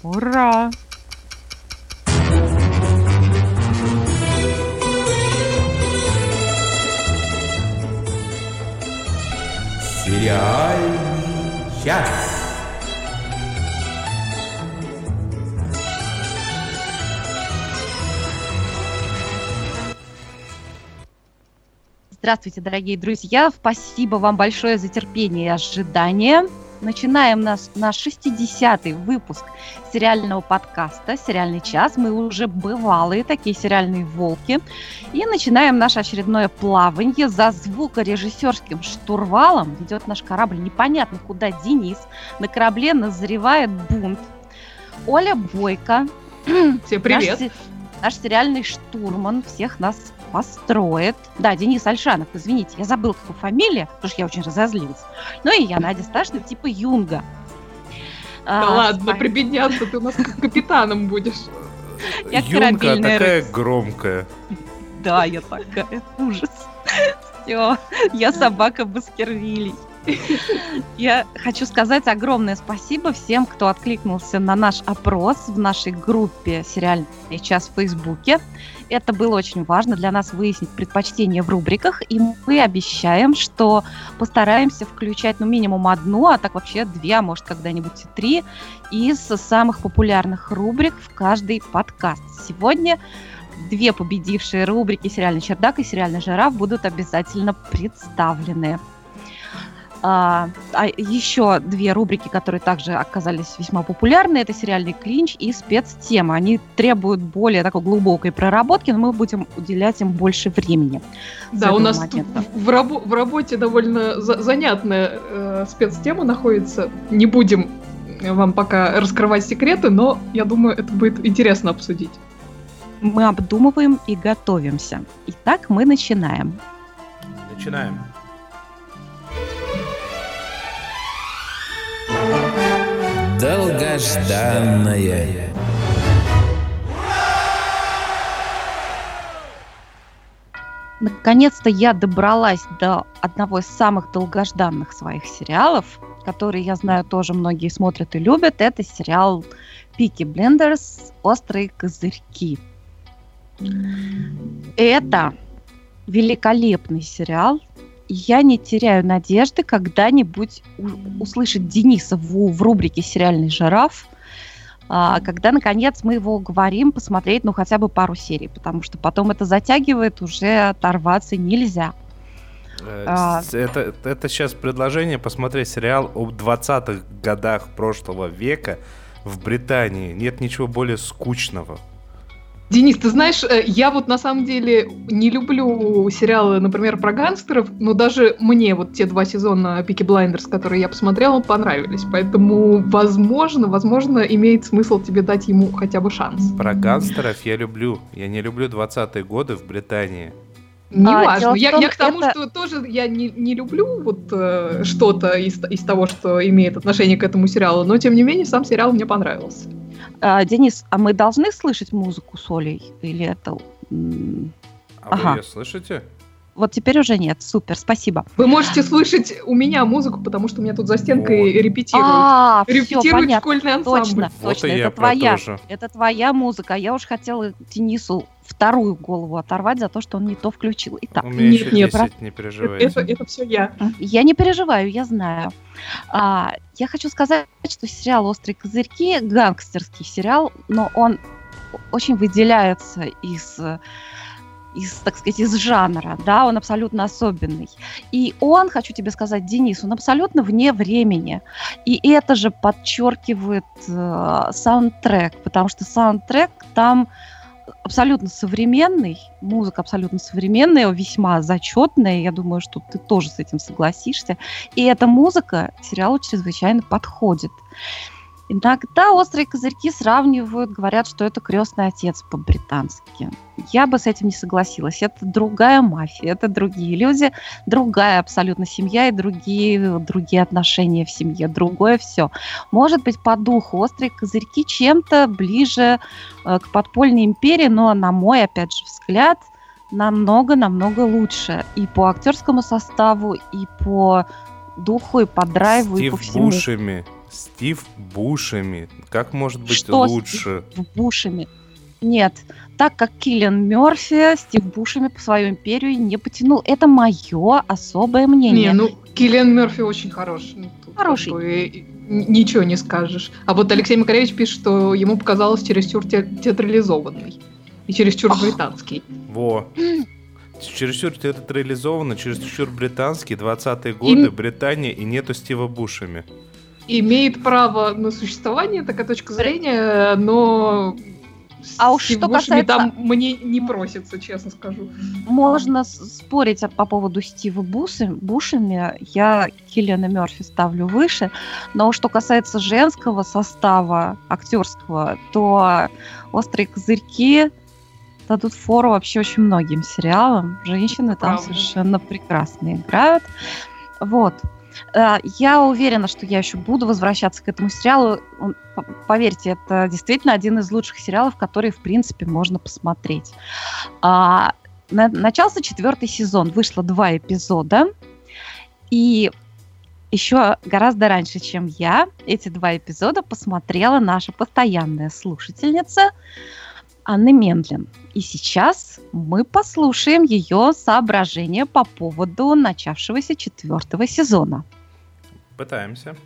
Ура! Сериальный час. Здравствуйте, дорогие друзья! Спасибо вам большое за терпение и ожидание. Начинаем наш 60-й выпуск сериального подкаста «Сериальный час». Мы уже бывалые такие сериальные волки. И начинаем наше очередное плавание. За звукорежиссерским штурвалом ведет наш корабль непонятно куда Денис. На корабле назревает бунт. Оля Бойко. Всем привет! Наш сериальный штурман всех нас построит. Да, Денис Альшанов, извините, я забыла, какую фамилию, потому что я очень разозлилась. Ну и я, Надя Сташина, типа Юнга. Да ладно, прибедняться, ты у нас капитаном будешь. Я Юнга такая громкая. Да, я такая. Ужас. Все, я собака Баскервилей. Я хочу сказать огромное спасибо всем, кто откликнулся на наш опрос в нашей группе «Сериальный час» в Фейсбуке. Это было очень важно для нас выяснить предпочтения в рубриках, и мы обещаем, что постараемся включать минимум одну, а так вообще две, а может когда-нибудь и три из самых популярных рубрик в каждый подкаст. Сегодня две победившие рубрики «Сериальный чердак» и «Сериальный жираф» будут обязательно представлены. А еще две рубрики, которые также оказались весьма популярны, это «Сериальный клинч» и «Спецтема». Они требуют более такой глубокой проработки, но мы будем уделять им больше времени. Да, у нас в работе довольно занятная спецтема находится. Не будем вам пока раскрывать секреты, но я думаю, это будет интересно обсудить. Мы обдумываем и готовимся. Итак, мы начинаем. Начинаем. Долгожданное. Наконец-то я добралась до одного из самых долгожданных своих сериалов, который, я знаю, тоже многие смотрят и любят. Это сериал Peaky Blinders «Острые козырьки». Это великолепный сериал. Я не теряю надежды когда-нибудь услышать Дениса в рубрике «Сериальный жираф», когда, наконец, мы его уговорим посмотреть, хотя бы пару серий, потому что потом это затягивает, уже оторваться нельзя. Это сейчас предложение посмотреть сериал об 20-х годах прошлого века в Британии. Нет ничего более скучного. Денис, ты знаешь, я на самом деле не люблю сериалы, например, про гангстеров, но даже мне те два сезона Peaky Blinders, которые я посмотрела, понравились. Поэтому, возможно, имеет смысл тебе дать ему хотя бы шанс. Про гангстеров я люблю. Я не люблю 20-е годы в Британии. Неважно. Я к тому, что тоже я не люблю что-то из того, что имеет отношение к этому сериалу, но, тем не менее, сам сериал мне понравился. Денис, а мы должны слышать музыку с Олей? Или это... Вы ее слышите? Вот теперь уже нет. Супер, спасибо. Вы можете слышать у меня музыку, потому что у меня тут за стенкой репетируют. Репетирует школьный ансамбль. Точно, это твоя музыка. Я уж хотела Денису вторую голову оторвать за то, что он не то включил. Итак, у меня еще 10, не переживайте. Это все я. Я не переживаю, я знаю. Я хочу сказать, что сериал «Острые козырьки» гангстерский сериал, но он очень выделяется из, так сказать, из жанра, да, он абсолютно особенный. И он, хочу тебе сказать, Денис, он абсолютно вне времени. И это же подчеркивает саундтрек, потому что саундтрек там абсолютно современный, музыка абсолютно современная, весьма зачетная, я думаю, что ты тоже с этим согласишься. И эта музыка сериалу чрезвычайно подходит. Иногда «Острые козырьки» сравнивают, говорят, что это «Крестный отец» по-британски. Я бы с этим не согласилась. Это другая мафия, это другие люди, другая абсолютно семья и другие отношения в семье, другое все. Может быть, по духу «Острые козырьки» чем-то ближе к «Подпольной империи», но, на мой, опять же, взгляд, намного лучше. И по актерскому составу, и по духу, и по драйву, и по всему. Стив Бушеми. Как может быть Что лучше? Стив Бушеми? Нет, так как Киллиан Мёрфи Стив Бушеми по свою империю не потянул. Это мое особое мнение. Не, Киллиан Мёрфи очень хорош. Тут Хороший. как бы ничего не скажешь. А вот Алексей Макаревич пишет, что ему показалось чересчур театрализованный. И чересчур британский. Во. Чересчур театрализованно, чересчур британский, 20-е годы, Британия, и нету Стива Бушеми. Имеет право на существование, такая точка зрения, но А уж Стив что Бушеми касается... там мне не просится, честно скажу. Можно спорить по поводу Стива Бушеми. Я Киллиана Мёрфи ставлю выше. Но что касается женского состава актерского, то «Острые козырьки» дадут фору вообще очень многим сериалам. Женщины там совершенно прекрасно играют. Вот. Я уверена, что я еще буду возвращаться к этому сериалу. Поверьте, это действительно один из лучших сериалов, которые, в принципе, можно посмотреть. Начался 4-й сезон, вышло 2 эпизода. И еще гораздо раньше, чем я, эти 2 эпизода посмотрела наша постоянная слушательница Анна Мендлин. И сейчас мы послушаем ее соображения по поводу начавшегося 4-го сезона. Пытаемся.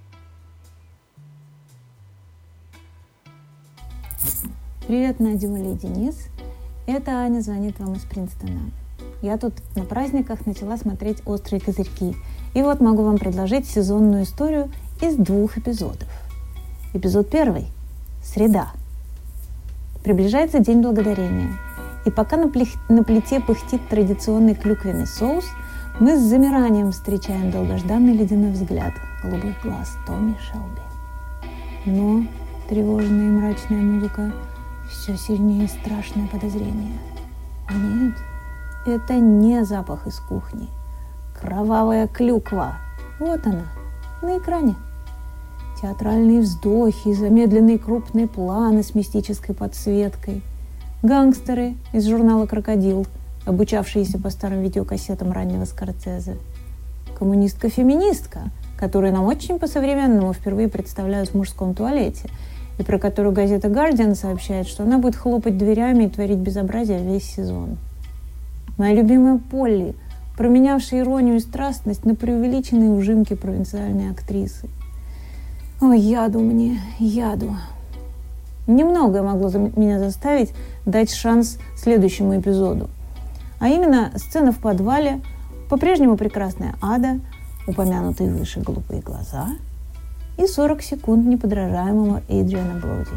Привет, Надя, Оля и Денис. Это Аня звонит вам из Принстона. Я тут на праздниках начала смотреть «Острые козырьки». И вот могу вам предложить сезонную историю из 2 эпизодов. Эпизод 1. Среда. Приближается День Благодарения. И пока на плите пыхтит традиционный клюквенный соус, мы с замиранием встречаем долгожданный ледяной взгляд голубых глаз Томми Шелби. Но тревожная и мрачная музыка, все сильнее страшное подозрение. О нет, это не запах из кухни. Кровавая клюква. Вот она, на экране. Театральные вздохи, замедленные крупные планы с мистической подсветкой. Гангстеры из журнала «Крокодил», обучавшиеся по старым видеокассетам раннего Скорсезе. Коммунистка-феминистка, которую нам очень по-современному впервые представляют в мужском туалете, и про которую газета «Гардиан» сообщает, что она будет хлопать дверями и творить безобразие весь сезон. Моя любимая Полли, променявшая иронию и страстность на преувеличенные ужимки провинциальной актрисы. Ой, яду мне, яду. Немногое могло меня заставить дать шанс следующему эпизоду. А именно сцена в подвале, по-прежнему прекрасная Ада, упомянутые выше голубые глаза и 40 секунд неподражаемого Эдриана Броуди.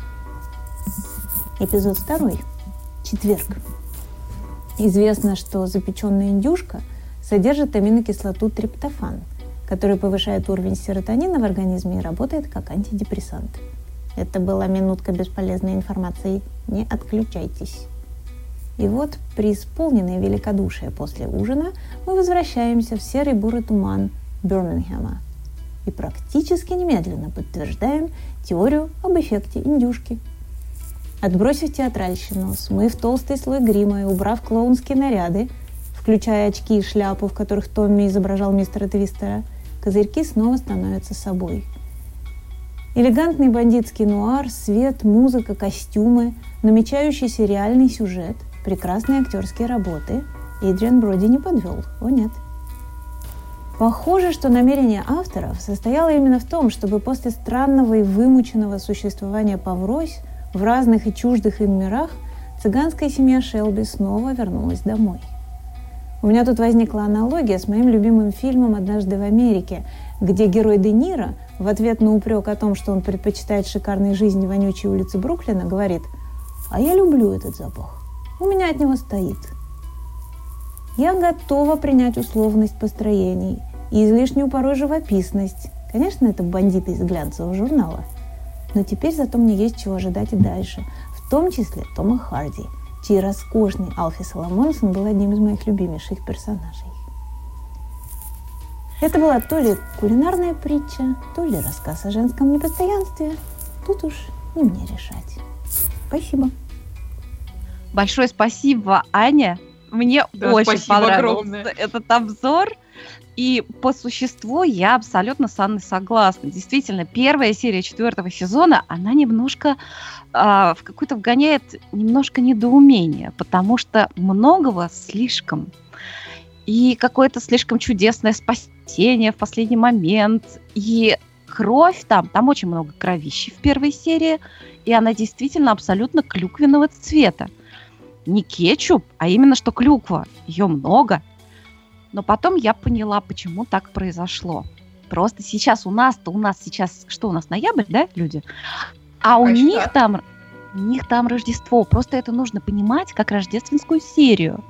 Эпизод 2. Четверг. Известно, что запеченная индюшка содержит аминокислоту триптофан, который повышает уровень серотонина в организме и работает как антидепрессант. Это была минутка бесполезной информации. Не отключайтесь. И вот, преисполненные великодушия после ужина, мы возвращаемся в серый бурый туман Бирмингема и практически немедленно подтверждаем теорию об эффекте индюшки. Отбросив театральщину, смыв толстый слой грима и убрав клоунские наряды, включая очки и шляпу, в которых Томми изображал мистера Твистера, козырьки снова становятся собой. Элегантный бандитский нуар, свет, музыка, костюмы, намечающийся реальный сюжет, прекрасные актерские работы. Эдриан Броуди не подвел, о нет. Похоже, что намерение авторов состояло именно в том, чтобы после странного и вымученного существования поврось в разных и чуждых им мирах цыганская семья Шелби снова вернулась домой. У меня тут возникла аналогия с моим любимым фильмом «Однажды в Америке», где герой Де Ниро в ответ на упрек о том, что он предпочитает шикарной жизни вонючей улицы Бруклина, говорит: «А я люблю этот запах. У меня от него стоит». Я готова принять условность построений и излишнюю порой живописность. Конечно, это бандиты из глянцевого журнала. Но теперь зато мне есть чего ожидать и дальше, в том числе Тома Харди, чей роскошный Алфи Соломонсон был одним из моих любимейших персонажей. Это была то ли кулинарная притча, то ли рассказ о женском непостоянстве. Тут уж не мне решать. Спасибо. Большое спасибо, Аня. Мне очень понравился этот обзор. И по существу я абсолютно с Анной согласна. Действительно, первая серия 4-го сезона, она немножко в какую-то вгоняет немножко недоумение, потому что многого слишком. И какое-то слишком чудесное спасение в последний момент. И кровь там очень много кровищи в первой серии, и она действительно абсолютно клюквенного цвета. Не кетчуп, а именно что клюква. Ее много. Но потом я поняла, почему так произошло. Просто сейчас у нас сейчас, что у нас, ноябрь, да, люди? А у них там Рождество. Просто это нужно понимать как рождественскую серию.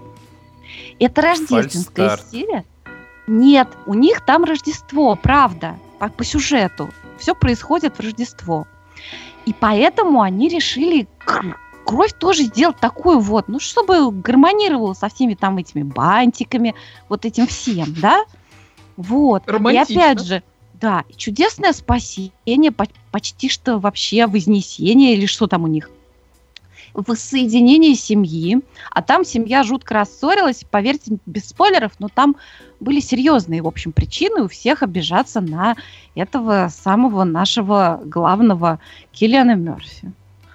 Это рождественская серия? Нет, у них там Рождество, правда, по сюжету. Все происходит в Рождество. И поэтому они решили кровь тоже сделать такую вот, чтобы гармонировала со всеми там этими бантиками, вот этим всем, да? Вот. Романтично. И опять же, да, чудесное спасение, почти что вообще вознесение, или что там у них? Воссоединение семьи, а там семья жутко рассорилась, поверьте, без спойлеров, но там были серьезные, в общем, причины у всех обижаться на этого самого нашего главного Киллиана Мерфи.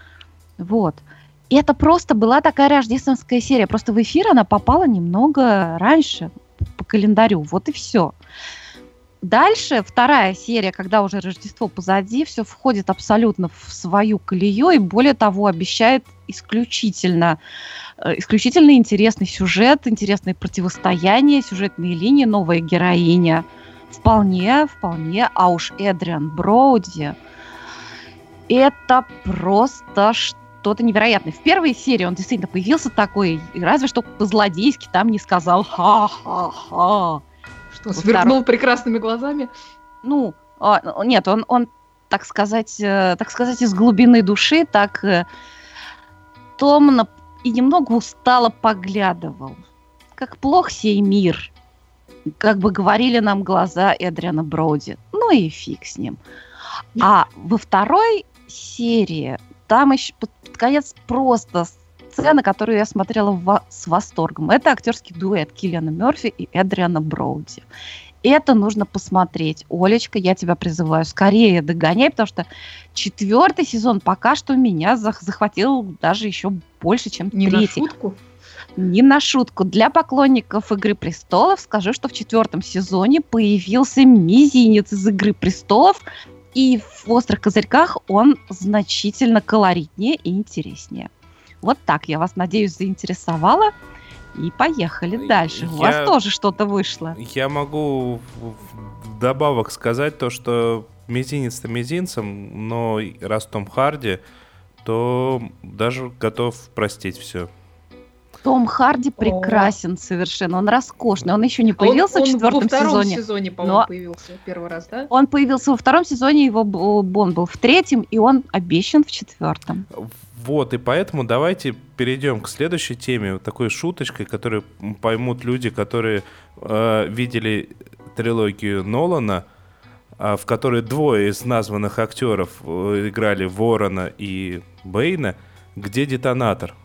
Вот. И это просто была такая рождественская серия. Просто в эфир она попала немного раньше по календарю. Вот и все. Дальше вторая серия, когда уже Рождество позади, все входит абсолютно в свою колею и, более того, обещает исключительно интересный сюжет, интересные противостояния, сюжетные линии, новая героиня. Вполне. А уж Эдриан Броуди – это просто что-то невероятное. В первой серии он действительно появился такой, разве что по-злодейски там не сказал «ха-ха-ха». Что, сверкнул прекрасными глазами? Нет, он, так сказать, из глубины души так томно и немного устало поглядывал. Как плох сей мир, как бы говорили нам глаза Эдриана Броуди. Ну и фиг с ним. А во второй серии там еще под конец просто сцена, которую я смотрела с восторгом. Это актерский дуэт Киллиана Мерфи и Эдриана Броуди. Это нужно посмотреть. Олечка, я тебя призываю, скорее догоняй, потому что 4-й сезон пока что меня захватил даже еще больше, чем 3-й. Не на шутку? Не на шутку. Для поклонников «Игры престолов» скажу, что в 4-м сезоне появился мизинец из «Игры престолов», и в «Острых козырьках» он значительно колоритнее и интереснее. Вот так, я вас, надеюсь, заинтересовала. И поехали дальше. У вас тоже что-то вышло. Я могу вдобавок сказать то, что мизинец-то мизинцем, но раз Том Харди, то даже готов простить все. Том Харди прекрасен совершенно, он роскошный, он еще не появился в 4-м сезоне. Он во втором сезоне, по-моему, появился первый раз, да? Он появился во 2-м сезоне, он был в 3-м, и он обещан в 4-м. Вот, и поэтому давайте перейдем к следующей теме, такой шуточкой, которую поймут люди, которые видели трилогию Нолана, в которой двое из названных актеров играли Ворона и Бэйна. Где детонатор?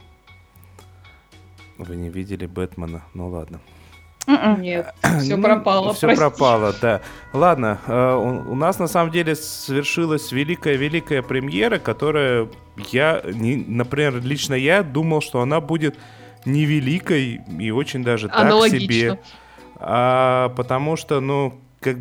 Вы не видели Бэтмена? Ну ладно. Нет, все пропало. Все пропало, да. Ладно, у нас на самом деле совершилась великая премьера, которая например, лично я думал, что она будет невеликой и очень даже так себе. Потому что,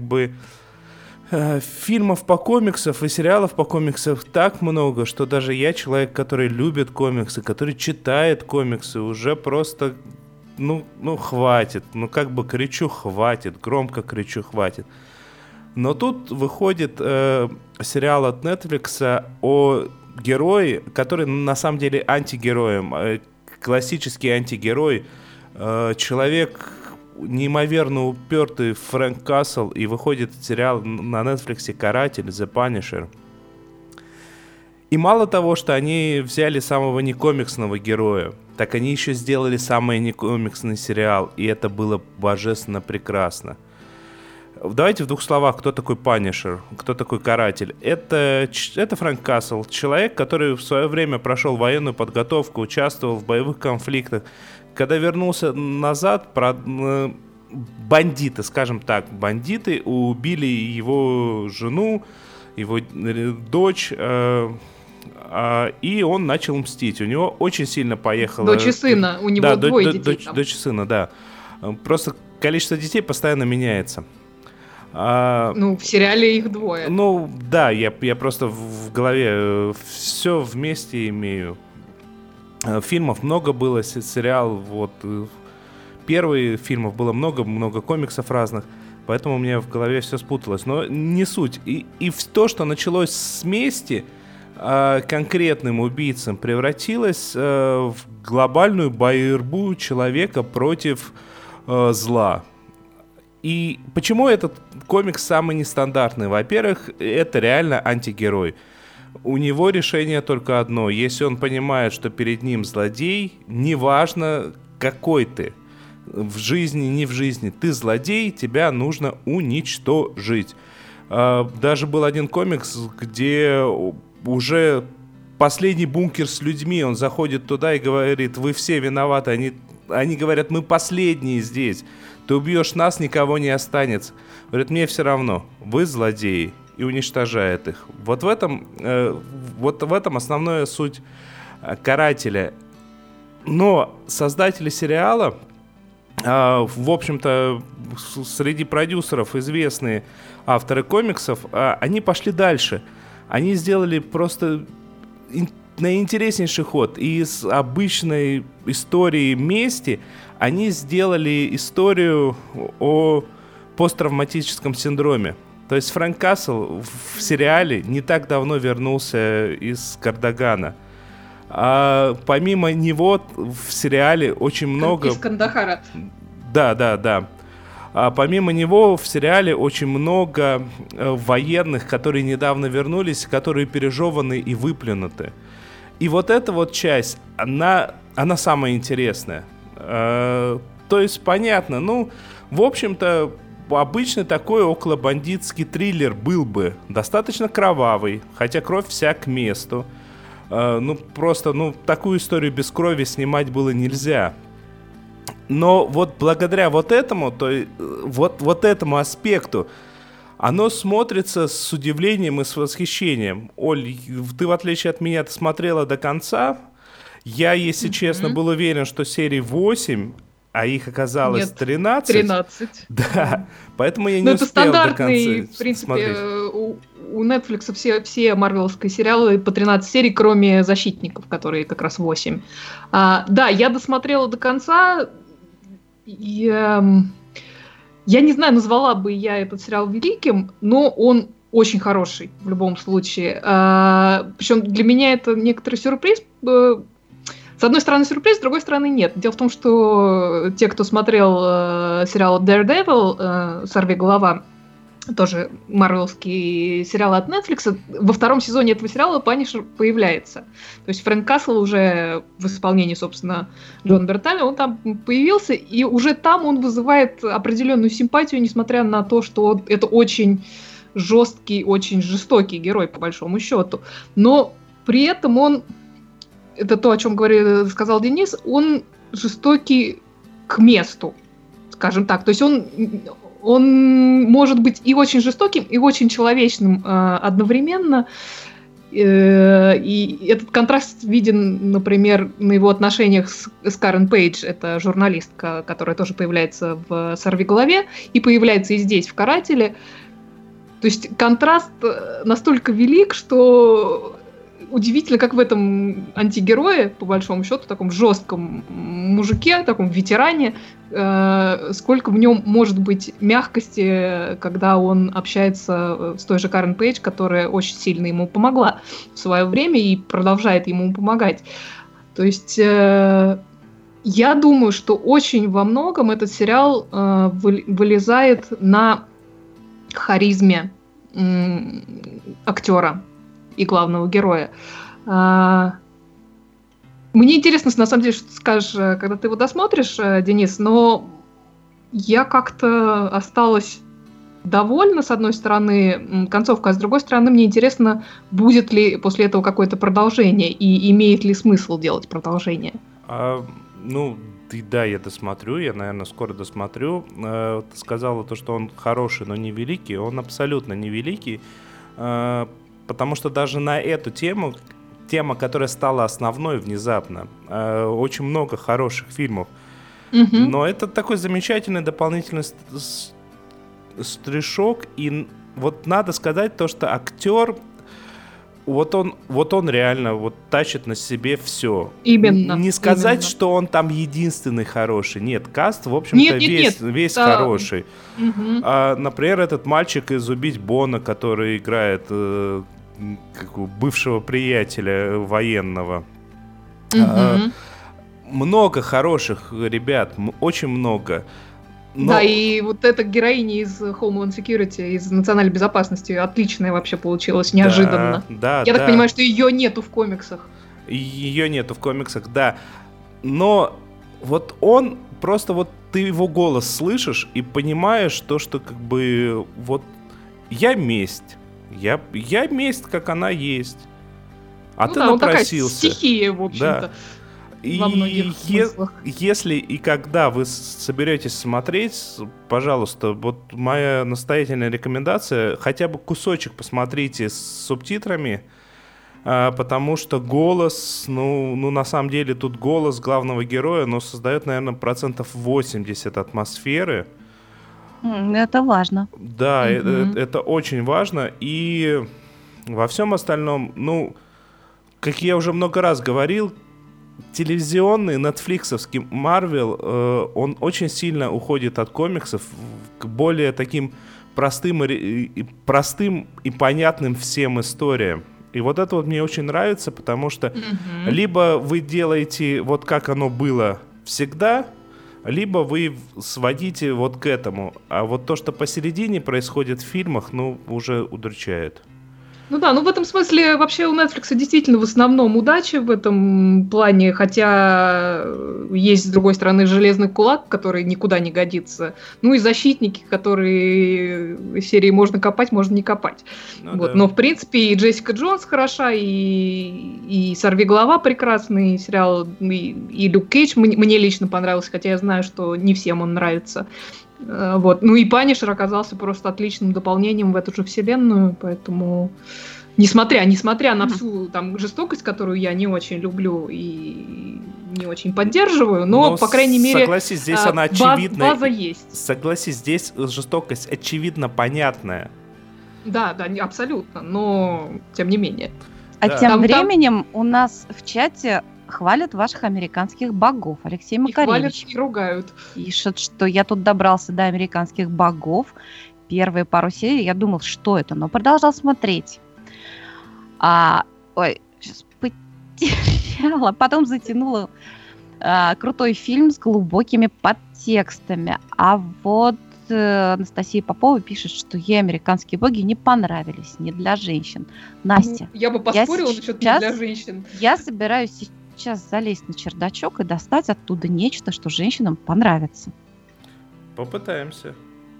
фильмов по комиксам и сериалов по комиксам так много, что даже я, человек, который любит комиксы, который читает комиксы, уже просто, хватит. Кричу, хватит, громко кричу, хватит. Но тут выходит сериал от Netflix о герое, который на самом деле антигероем, классический антигерой, человек неимоверно упертый Фрэнк Касл, и выходит сериал на Netflix «Каратель», The Punisher. И мало того, что они взяли самого некомиксного героя, так они еще сделали самый некомиксный сериал, и это было божественно прекрасно. Давайте в двух словах, кто такой Punisher, кто такой Каратель. Это Фрэнк Касл, человек, который в свое время прошел военную подготовку, участвовал в боевых конфликтах. Когда вернулся назад, бандиты, скажем так, бандиты убили его жену, его дочь, и он начал мстить. У него очень сильно поехало... Дочь и сына, у него двое детей. Дочь и сына, да. Просто количество детей постоянно меняется. В сериале их двое. Ну, да, я просто в голове все вместе имею. Фильмов много было, сериал, вот... Первых фильмов было много комиксов разных, поэтому у меня в голове все спуталось. Но не суть. И то, что началось с мести конкретным убийцам, превратилось в глобальную борьбу человека против зла. И почему этот комикс самый нестандартный? Во-первых, это реально антигерой. У него решение только одно. Если он понимает, что перед ним злодей, неважно, какой ты, в жизни, не в жизни, ты злодей, тебя нужно уничтожить. Даже был один комикс, где уже последний бункер с людьми, он заходит туда и говорит: вы все виноваты. Они говорят: мы последние здесь. Ты убьешь нас, никого не останется. Говорит: мне все равно, вы злодеи. И уничтожает их. Вот в этом основная суть «Карателя». Но создатели сериала, в общем-то, среди продюсеров известные авторы комиксов, они пошли дальше. Они сделали просто наиинтереснейший ход. И из обычной истории мести они сделали историю о посттравматическом синдроме. То есть Фрэнк Касл в сериале не так давно вернулся из Кардагана. Помимо него в сериале очень много... Из Кандахара. Да. Помимо него в сериале очень много военных, которые недавно вернулись, которые пережеваны и выплюнуты. И вот эта вот часть, она самая интересная. То есть понятно, в общем-то, обычный такой околобандитский триллер был бы достаточно кровавый, хотя кровь вся к месту. Такую историю без крови снимать было нельзя. Но вот благодаря вот этому аспекту, оно смотрится с удивлением и с восхищением. Оль, ты, в отличие от меня, смотрела до конца. Я, если честно, был уверен, что серии 8... а их оказалось 13. 13. Да, поэтому я не успел до конца смотреть. В принципе, у Netflix все марвеловские сериалы по 13 серий, кроме «Защитников», которые как раз 8. Да, я досмотрела до конца. Я не знаю, назвала бы я этот сериал великим, но он очень хороший в любом случае. Причем для меня это некоторый сюрприз. С одной стороны сюрприз, с другой стороны нет. Дело в том, что те, кто смотрел сериал Daredevil, «Сорвиголова», тоже марвелский сериал от Netflix, во втором сезоне этого сериала Панишер появляется. То есть Фрэнк Касл уже в исполнении, собственно, Джона Берталя, он там появился, и уже там он вызывает определенную симпатию, несмотря на то, что это очень жесткий, очень жестокий герой, по большому счету. Но при этом он... Это то, о чем сказал Денис, он жестокий к месту, скажем так. То есть он может быть и очень жестоким, и очень человечным одновременно. И этот контраст виден, например, на его отношениях с Карен Пейдж. Это журналистка, которая тоже появляется в «Сорвиголове» и появляется и здесь, в «Карателе». То есть контраст настолько велик, что... Удивительно, как в этом антигерое, по большому счету, таком жестком мужике, таком ветеране, сколько в нем может быть мягкости, когда он общается с той же Карен Пейдж, которая очень сильно ему помогла в свое время и продолжает ему помогать. То есть я думаю, что очень во многом этот сериал вылезает на харизме актера и главного героя. Мне интересно, на самом деле, что ты скажешь, когда ты его досмотришь, Денис, но я как-то осталась довольна, с одной стороны, концовкой, а с другой стороны, мне интересно, будет ли после этого какое-то продолжение и имеет ли смысл делать продолжение. да, я досмотрю, я, наверное, скоро досмотрю. Ты сказала то, что он хороший, но не великий. Он абсолютно не великий, потому что даже на эту тема, которая стала основной внезапно, очень много хороших фильмов. Но это такой замечательный дополнительный стрижок. И вот надо сказать то, что актер... Вот он реально вот тащит на себе все. Именно. Не сказать, именно. Что он там единственный хороший. Нет, каст, в общем-то, весь да. Хороший. Например, этот мальчик из «Убить Бона», который играет бывшего приятеля военного. Много хороших ребят, очень много. Но... Да, и вот эта героиня из Homeland Security, из национальной безопасности, отличная вообще получилась, неожиданно. Да, Я так понимаю, что ее нету в комиксах. Ее нету в комиксах, да. Но вот он, просто вот ты его голос слышишь и понимаешь то, что как бы вот я месть. Я месть, как она есть. А ну ты да, напросился. Такая стихия, в общем-то. Да. Во многих смыслах. Если и когда вы соберетесь смотреть, пожалуйста, вот моя настоятельная рекомендация, хотя бы кусочек посмотрите с субтитрами, потому что голос, ну на самом деле тут голос главного героя, но создает, наверное, 80% атмосферы. Это важно. Да, это очень важно. И во всем остальном, ну, как я уже много раз говорил, телевизионный, нетфликсовский Marvel, он очень сильно уходит от комиксов к более таким простым и понятным всем историям. И вот это вот мне очень нравится, потому что либо вы делаете вот как оно было всегда, либо вы сводите вот к этому. А вот то, что посередине происходит в фильмах, ну, уже удручает. Ну да, ну в этом смысле вообще у Netflix действительно в основном удача в этом плане, хотя есть, с другой стороны, железный кулак, который никуда не годится, ну и защитники, которые серии можно копать, можно не копать. Ну, вот. Да. Но в принципе и Джессика Джонс хороша, и «Сорвиголова» прекрасный сериал, и Люк Кейдж мне лично понравился, хотя я знаю, что не всем он нравится. Вот. Ну и Панишер оказался просто отличным дополнением в эту же вселенную, поэтому несмотря на всю там жестокость, которую я не очень люблю и не очень поддерживаю, но по крайней мере, согласись, здесь она очевидная. База есть. Согласись, здесь жестокость очевидно понятная. Да, абсолютно, но тем не менее. А тем временем у нас в чате хвалят ваших американских богов. Алексей Макаревич и ругают. Пишет, что я тут добрался до американских богов. Первые пару серий я думал, что это, но продолжал смотреть. Сейчас потеряла. Потом затянула крутой фильм с глубокими подтекстами. А вот Анастасия Попова пишет, что ей американские боги не понравились, не для женщин. Настя, я бы поспорила насчет не для женщин. Я собираюсь сейчас залезть на чердачок и достать оттуда нечто, что женщинам понравится. Попытаемся.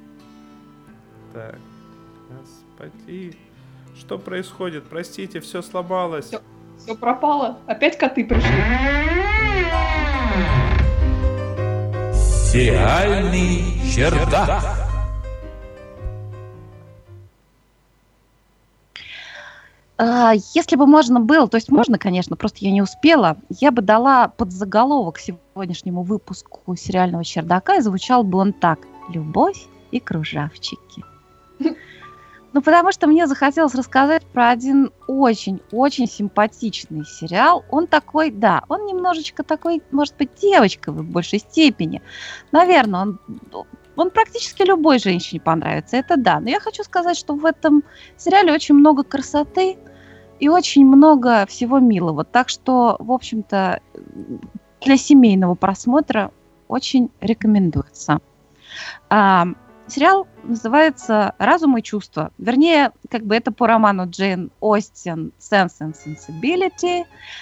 Так, господи. Что происходит? Простите, все сломалось. Все пропало. Опять коты пришли. Сериальный чердак. Если бы можно было, то есть можно, конечно, просто я не успела, я бы дала подзаголовок сегодняшнему выпуску сериального чердака, и звучал бы он так: «Любовь и кружавчики». Ну, потому что мне захотелось рассказать про один очень-очень симпатичный сериал. Он такой, да, он немножечко такой, может быть, девочковый в большей степени. Наверное, он практически любой женщине понравится, это да. Но я хочу сказать, что в этом сериале очень много красоты и очень много всего милого. Так что, в общем-то, для семейного просмотра очень рекомендуется. Сериал называется «Разум и чувства». Вернее, как бы это по роману Джейн Остин «Sense and Sensibility».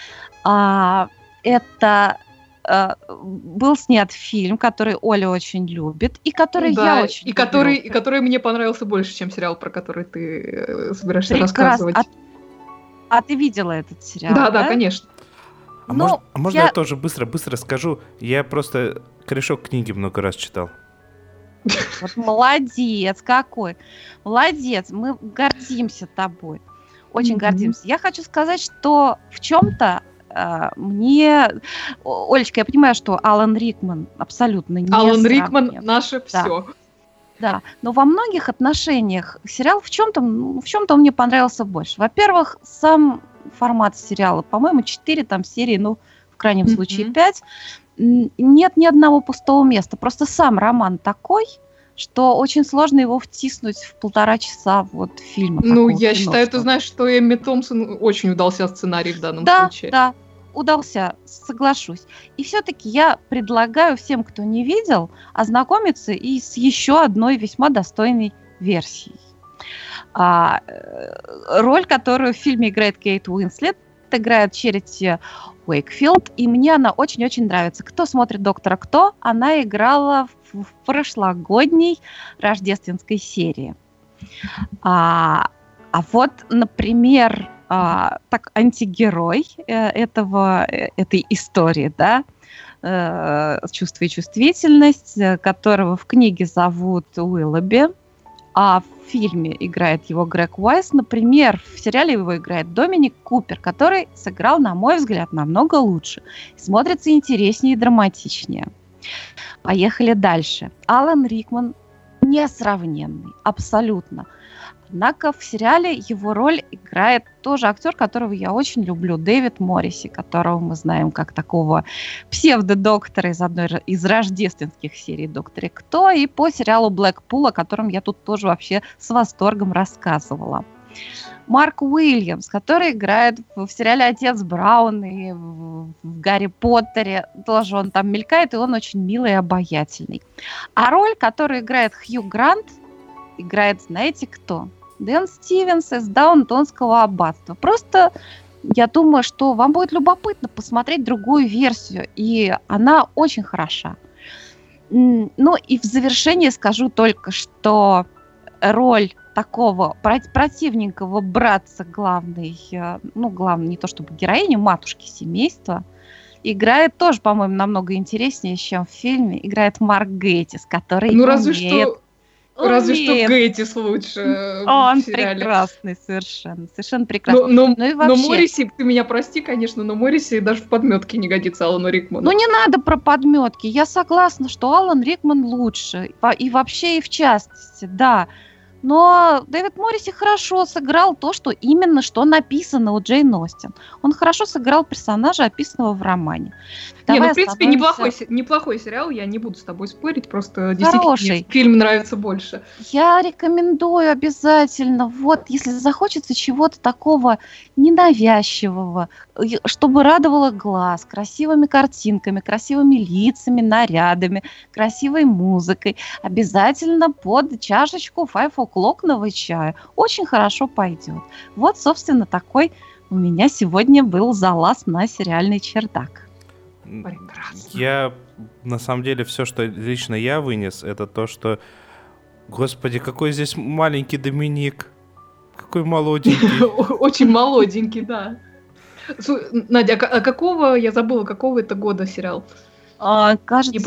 Это был снят фильм, который Оля очень любит, и который я очень люблю. И который мне понравился больше, чем сериал, про который ты собираешься рассказывать. А ты видела этот сериал? Да, конечно. Можно я тоже быстро скажу? Я просто корешок книги много раз читал. Вот молодец какой. Молодец, мы гордимся тобой. Очень гордимся. Я хочу сказать, что в чем-то мне... Олечка, я понимаю, что Алан Рикман абсолютно не Алан сравним. Рикман — наше все. Да, но во многих отношениях сериал в чем-то он мне понравился больше. Во-первых, сам формат сериала, по-моему, 4 там серии, в крайнем случае 5. Нет ни одного пустого места. Просто сам роман такой, что очень сложно его втиснуть в 1,5 часа фильма. Я считаю, ты знаешь, что Эмми Томпсон очень удался сценарий в данном случае. Да, удался, соглашусь. И все-таки я предлагаю всем, кто не видел, ознакомиться и с еще одной весьма достойной версией. Роль, которую в фильме играет Кейт Уинслет, играет Черити Уэйкфилд, и мне она очень-очень нравится. Кто смотрит «Доктора Кто», она играла в прошлогодней рождественской серии. Вот, например, антигерой этой истории, да, «Чувство и чувствительность», которого в книге зовут Уиллоби, а в фильме играет его Грег Уайс. Например, в сериале его играет Доминик Купер, который сыграл, на мой взгляд, намного лучше. Смотрится интереснее и драматичнее. Поехали дальше. Алан Рикман несравненный, абсолютно. Однако в сериале его роль играет тоже актер, которого я очень люблю, Дэвид Морриси, которого мы знаем как такого псевдодоктора из одной из рождественских серий «Докторе Кто», и по сериалу «Блэкпул», о котором я тут тоже вообще с восторгом рассказывала. Марк Уильямс, который играет в сериале «Отец Браун» и в «Гарри Поттере», тоже он там мелькает, и он очень милый и обаятельный. А роль, которую играет Хью Грант, играет, знаете кто? Дэн Стивенс из «Даунтонского аббатства». Просто я думаю, что вам будет любопытно посмотреть другую версию, и она очень хороша. И в завершение скажу только, что роль такого противненького братца главной, не то чтобы героини, матушки семейства, играет тоже, по-моему, намного интереснее, чем в фильме. Играет Марк Гейтис, который Разве что Гейтис лучше. Он прекрасный, совершенно прекрасный. Но Морриси, ты меня прости, конечно, но Морриси даже в подметке не годится Алану Рикману. Не надо про подметки. Я согласна, что Алан Рикман лучше. И вообще, и в частности, да. Но Дэвид Морриси хорошо сыграл то, что написано у Джейн Остин. Он хорошо сыграл персонажа, описанного в романе. В принципе, неплохой сериал, я не буду с тобой спорить, просто действительно мне фильм нравится больше. Я рекомендую обязательно, если захочется чего-то такого ненавязчивого, чтобы радовало глаз, красивыми картинками, красивыми лицами, нарядами, красивой музыкой, обязательно под чашечку 5 o'clock'ного чая. Очень хорошо пойдет. Вот, собственно, такой у меня сегодня был залаз на сериальный чердак. Прекрасно. На самом деле, все, что лично я вынес, это то, что, господи, какой здесь маленький Доминик, какой молоденький. Очень молоденький, да. Надя, я забыла, какого это года сериал? Кажется,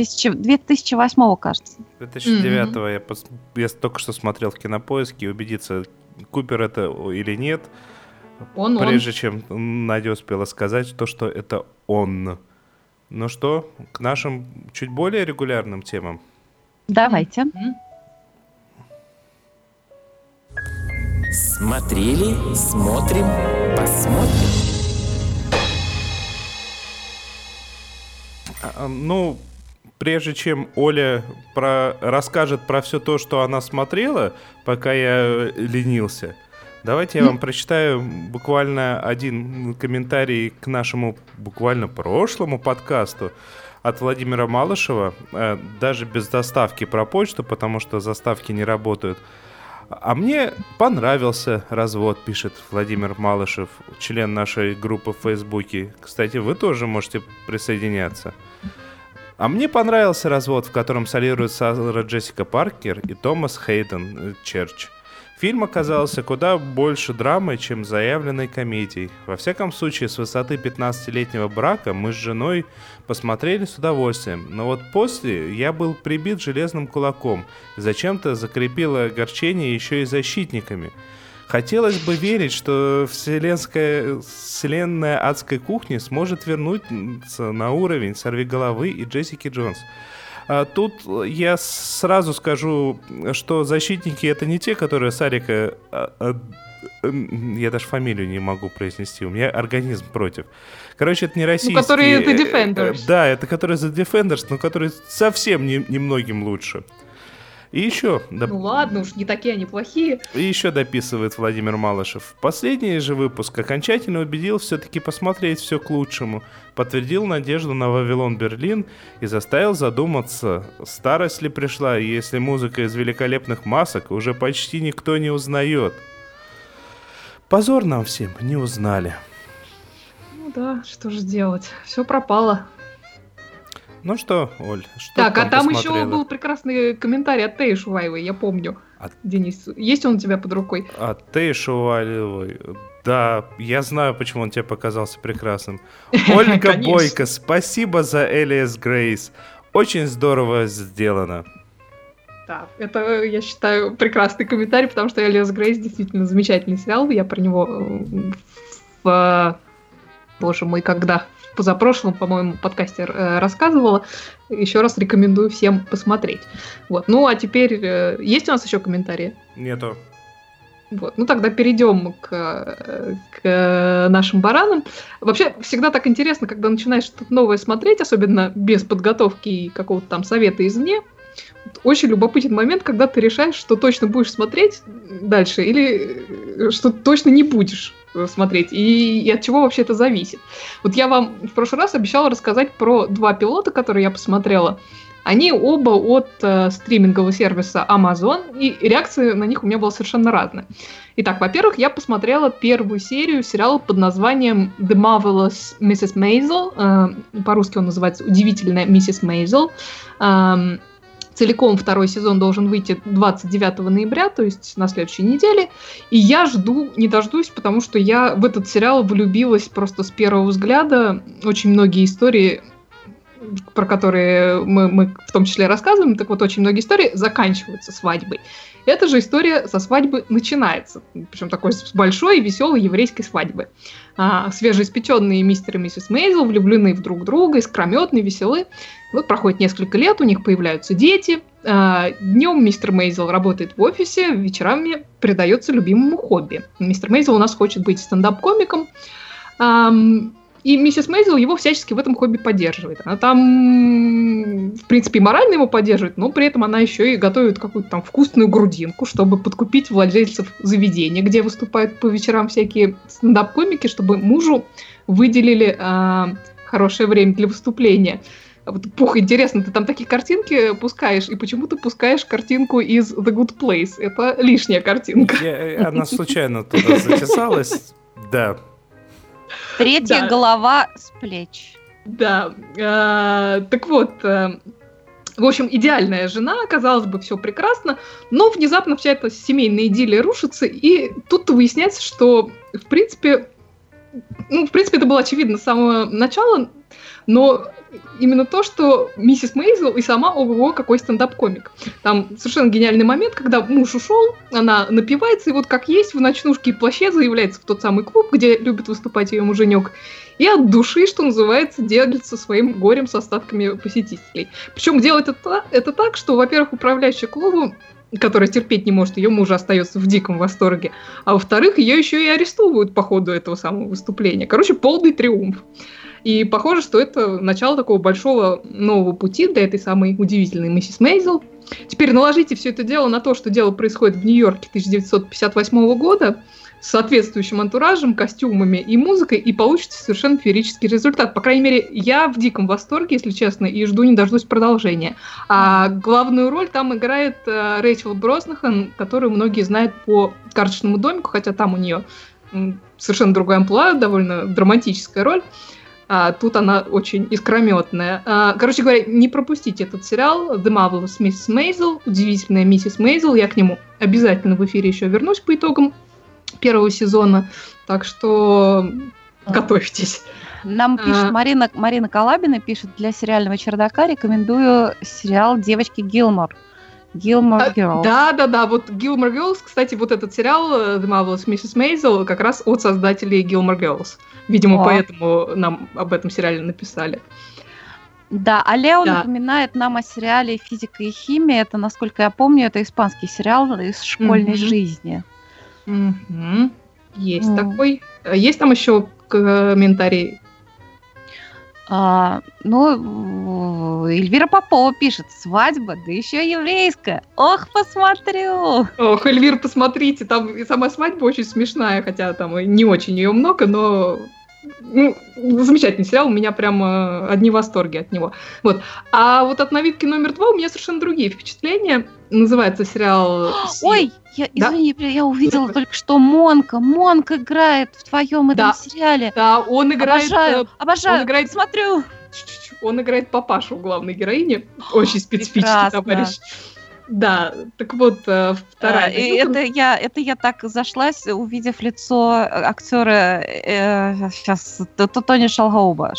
2008, кажется. 2009 я только что смотрел в Кинопоиске, убедиться, Купер это или нет, прежде чем Надя успела сказать то, что это он. Ну что, к нашим чуть более регулярным темам? Давайте. Смотрели, смотрим, посмотрим. Прежде чем Оля расскажет про все то, что она смотрела, пока я ленился, давайте я вам прочитаю буквально один комментарий к нашему буквально прошлому подкасту от Владимира Малышева, даже без доставки про почту, потому что заставки не работают. А мне понравился развод, пишет Владимир Малышев, член нашей группы в Фейсбуке. Кстати, вы тоже можете присоединяться. А мне понравился развод, в котором солируют Сара Джессика Паркер и Томас Хейден Черч. Фильм оказался куда больше драмой, чем заявленной комедией. Во всяком случае, с высоты 15-летнего брака мы с женой посмотрели с удовольствием, но вот после я был прибит железным кулаком и зачем-то закрепил огорчение еще и защитниками. Хотелось бы верить, что вселенная адской кухни сможет вернуться на уровень «Сорвиголовы» и Джессики Джонс. Тут я сразу скажу, что защитники — это не те, которые Сарика... Я даже фамилию не могу произнести, у меня организм против. Короче, это не российские... Ну, которые The Defenders. Да, это которые The Defenders, но которые совсем немногим лучше. И еще... Ну ладно, уж не такие они плохие. И еще дописывает Владимир Малышев. Последний же выпуск окончательно убедил все-таки посмотреть все к лучшему, подтвердил надежду на Вавилон Берлин и заставил задуматься, старость ли пришла, если музыка из великолепных масок уже почти никто не узнает. Позор нам всем, не узнали. Ну да, что же делать, все пропало. Ну что, Оль, что так, там там посмотрела? еще был прекрасный комментарий от Теи Шуваевой, я помню. Денис, есть он у тебя под рукой? От Теи Шуваевой. Да, я знаю, почему он тебе показался прекрасным. Ольга Бойко, спасибо за Элиас Грейс. Очень здорово сделано. Да, это, я считаю, прекрасный комментарий, потому что Элиас Грейс действительно замечательный сериал. Я про него боже мой, когда... в позапрошлом, по-моему, подкасте рассказывала. Еще раз рекомендую всем посмотреть. Вот. Ну, а теперь... есть у нас еще комментарии? Нету. Вот. Ну, тогда перейдем к нашим баранам. Вообще, всегда так интересно, когда начинаешь что-то новое смотреть, особенно без подготовки и какого-то там совета извне. Очень любопытен момент, когда ты решаешь, что точно будешь смотреть дальше или что точно не будешь смотреть, и от чего вообще это зависит. Вот я вам в прошлый раз обещала рассказать про 2 пилота, которые я посмотрела. Они оба от стримингового сервиса Amazon, и реакция на них у меня была совершенно разная. Итак, во-первых, я посмотрела первую серию сериала под названием The Marvelous Mrs. Maisel. По-русски он называется «Удивительная миссис Мейзел». Целиком 2-й сезон должен выйти 29 ноября, то есть на следующей неделе. И я жду, не дождусь, потому что я в этот сериал влюбилась просто с первого взгляда. Очень многие истории, про которые мы в том числе рассказываем, так вот, очень многие истории заканчиваются свадьбой. Эта же история со свадьбы начинается. Причем такой с большой, веселой еврейской свадьбы. Свежеиспеченные мистер и миссис Мейзел влюблены в друг друга, искрометны, веселы. Вот проходит несколько лет, у них появляются дети. Днем мистер Мейзел работает в офисе, вечерами предается любимому хобби. Мистер Мейзел у нас хочет быть стендап-комиком. И миссис Мейзел его всячески в этом хобби поддерживает. Она там, в принципе, и морально его поддерживает, но при этом она еще и готовит какую-то там вкусную грудинку, чтобы подкупить владельцев заведения, где выступают по вечерам всякие стендап-комики, чтобы мужу выделили хорошее время для выступления. Вот, Пух, интересно, ты там такие картинки пускаешь, и почему ты пускаешь картинку из The Good Place? Это лишняя картинка. Она случайно туда затесалась, да. Третья голова с плеч. Да. Так вот, в общем, идеальная жена, казалось бы, все прекрасно, но внезапно вся эта семейная идиллия рушится, и тут выясняется, что, в принципе, это было очевидно с самого начала, но именно то, что миссис Мейзел и сама, ого-го, какой стендап-комик. Там совершенно гениальный момент, когда муж ушел, она напивается, и вот как есть в ночнушке и плаще заявляется в тот самый клуб, где любит выступать ее муженек, и от души, что называется, делится своим горем с остатками посетителей. Причем делает это так, что, во-первых, управляющая клубом, которая терпеть не может, ее мужа остается в диком восторге, а во-вторых, ее еще и арестовывают по ходу этого самого выступления. Короче, полный триумф. И похоже, что это начало такого большого нового пути для этой самой удивительной миссис Мейзел. Теперь наложите все это дело на то, что дело происходит в Нью-Йорке 1958 года с соответствующим антуражем, костюмами и музыкой, и получите совершенно феерический результат. По крайней мере, я в диком восторге, если честно, и жду не дождусь продолжения. А главную роль там играет Рэйчел Броснахан, которую многие знают по «Карточному домику», хотя там у нее совершенно другая амплуа, довольно драматическая роль. Тут она очень искрометная. Короче говоря, не пропустите этот сериал The Marvelous Mrs. Maisel, удивительная миссис Мейзел. Я к нему обязательно в эфире еще вернусь по итогам первого сезона. Так что готовьтесь. Нам пишет Марина Калабина, пишет, для сериального чердака рекомендую сериал «Девочки Гилмор». Gilmore Girls. Да, вот Gilmore Girls, кстати, вот этот сериал The Marvelous Mrs. Maisel как раз от создателей Gilmore Girls. Видимо, поэтому нам об этом сериале написали. Да, а Лео напоминает нам о сериале «Физика и химия». Это, насколько я помню, это испанский сериал из школьной жизни. Есть такой. Есть там еще комментарий? Эльвира Попова пишет: свадьба, да еще еврейская. Ох, посмотрю. Ох, Эльвир, посмотрите, там и сама свадьба очень смешная, хотя там и не очень ее много, но замечательный сериал, у меня прям одни восторги от него. Вот. А вот от новинки номер 2 у меня совершенно другие впечатления. Называется сериал... Ой, извини, я увидела только что Монка. Монк играет в твоем этом сериале. Да, он играет... Обожаю, смотрю. Он играет папашу главной героини. Очень специфичный товарищ. Да, так вот, вторая. Это я так зашлась, увидев лицо актера сейчас Тони Шалоуба.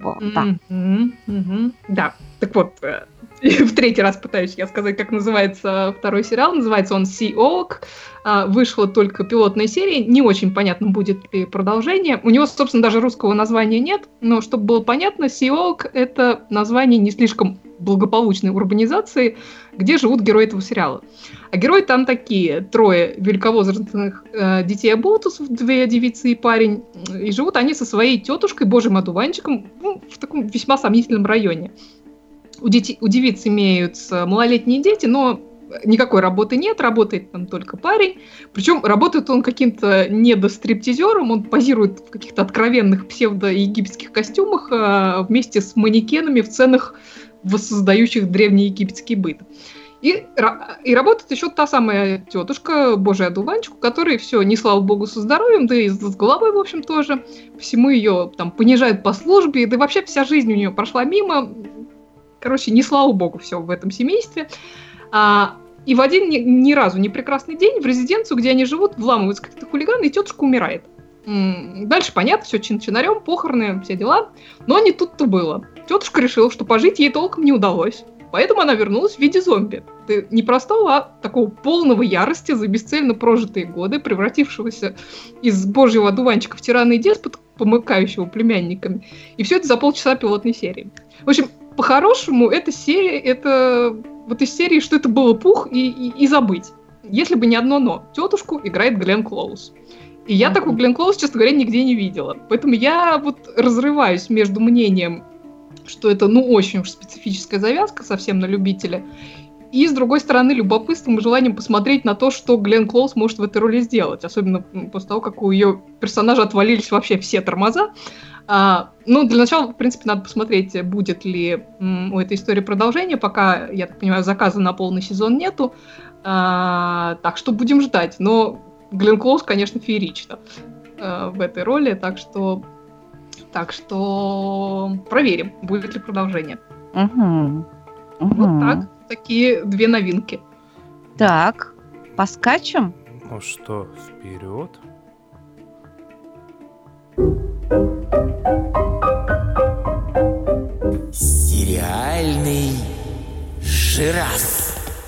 Да, так вот, в третий раз пытаюсь я сказать, как называется второй сериал. Называется он Sea Oak. Вышла только пилотная серия. Не очень понятно, будет ли продолжение. У него, собственно, даже русского названия нет. Но, чтобы было понятно, Sea Oak — это название не слишком благополучной урбанизации, где живут герои этого сериала. А герои там такие: 3 великовозрастных детей-оболтусов, 2 девицы и парень. И живут они со своей тетушкой, божьим одуванчиком, в таком весьма сомнительном районе. У девиц имеются малолетние дети, но никакой работы нет, работает там только парень. Причем работает он каким-то недостриптизером, он позирует в каких-то откровенных псевдоегипетских костюмах вместе с манекенами в сценах, воссоздающих древнеегипетский быт. И работает еще та самая тетушка, божий одуванчик, у которой все, не слава богу, со здоровьем, да и с головой, в общем, тоже. Всему ее там понижают по службе, да и вообще вся жизнь у нее прошла мимо. Короче, не слава богу, все в этом семействе. И в один ни разу не прекрасный день в резиденцию, где они живут, вламываются какие-то хулиганы, и тетушка умирает. Дальше понятно, все чин-чинарем, похороны, все дела. Но не тут-то было. Тетушка решила, что пожить ей толком не удалось. Поэтому она вернулась в виде зомби. Не простого, а такого полного ярости за бесцельно прожитые годы, превратившегося из божьего одуванчика в тирана и деспота, помыкающего племянниками. И все это за полчаса пилотной серии. В общем, по-хорошему, эта серия, это вот из серии, что это было пух и забыть. Если бы не одно «но». Тетушку играет Гленн Клоуз. И я такую Гленн Клоуз, честно говоря, нигде не видела. Поэтому я вот разрываюсь между мнением, что это, очень уж специфическая завязка, совсем на любителя, и, с другой стороны, любопытством и желанием посмотреть на то, что Гленн Клоуз может в этой роли сделать. Особенно после того, как у ее персонажа отвалились вообще все тормоза. Для начала, в принципе, надо посмотреть, будет ли у этой истории продолжение. Пока, я так понимаю, заказа на полный сезон нету. Так что будем ждать. Но Гленн Клоуз, конечно, феерична в этой роли. Так что проверим, будет ли продолжение. Вот так. Такие 2 новинки. Так, поскачем? Ну что, вперед. Сериальный жираф.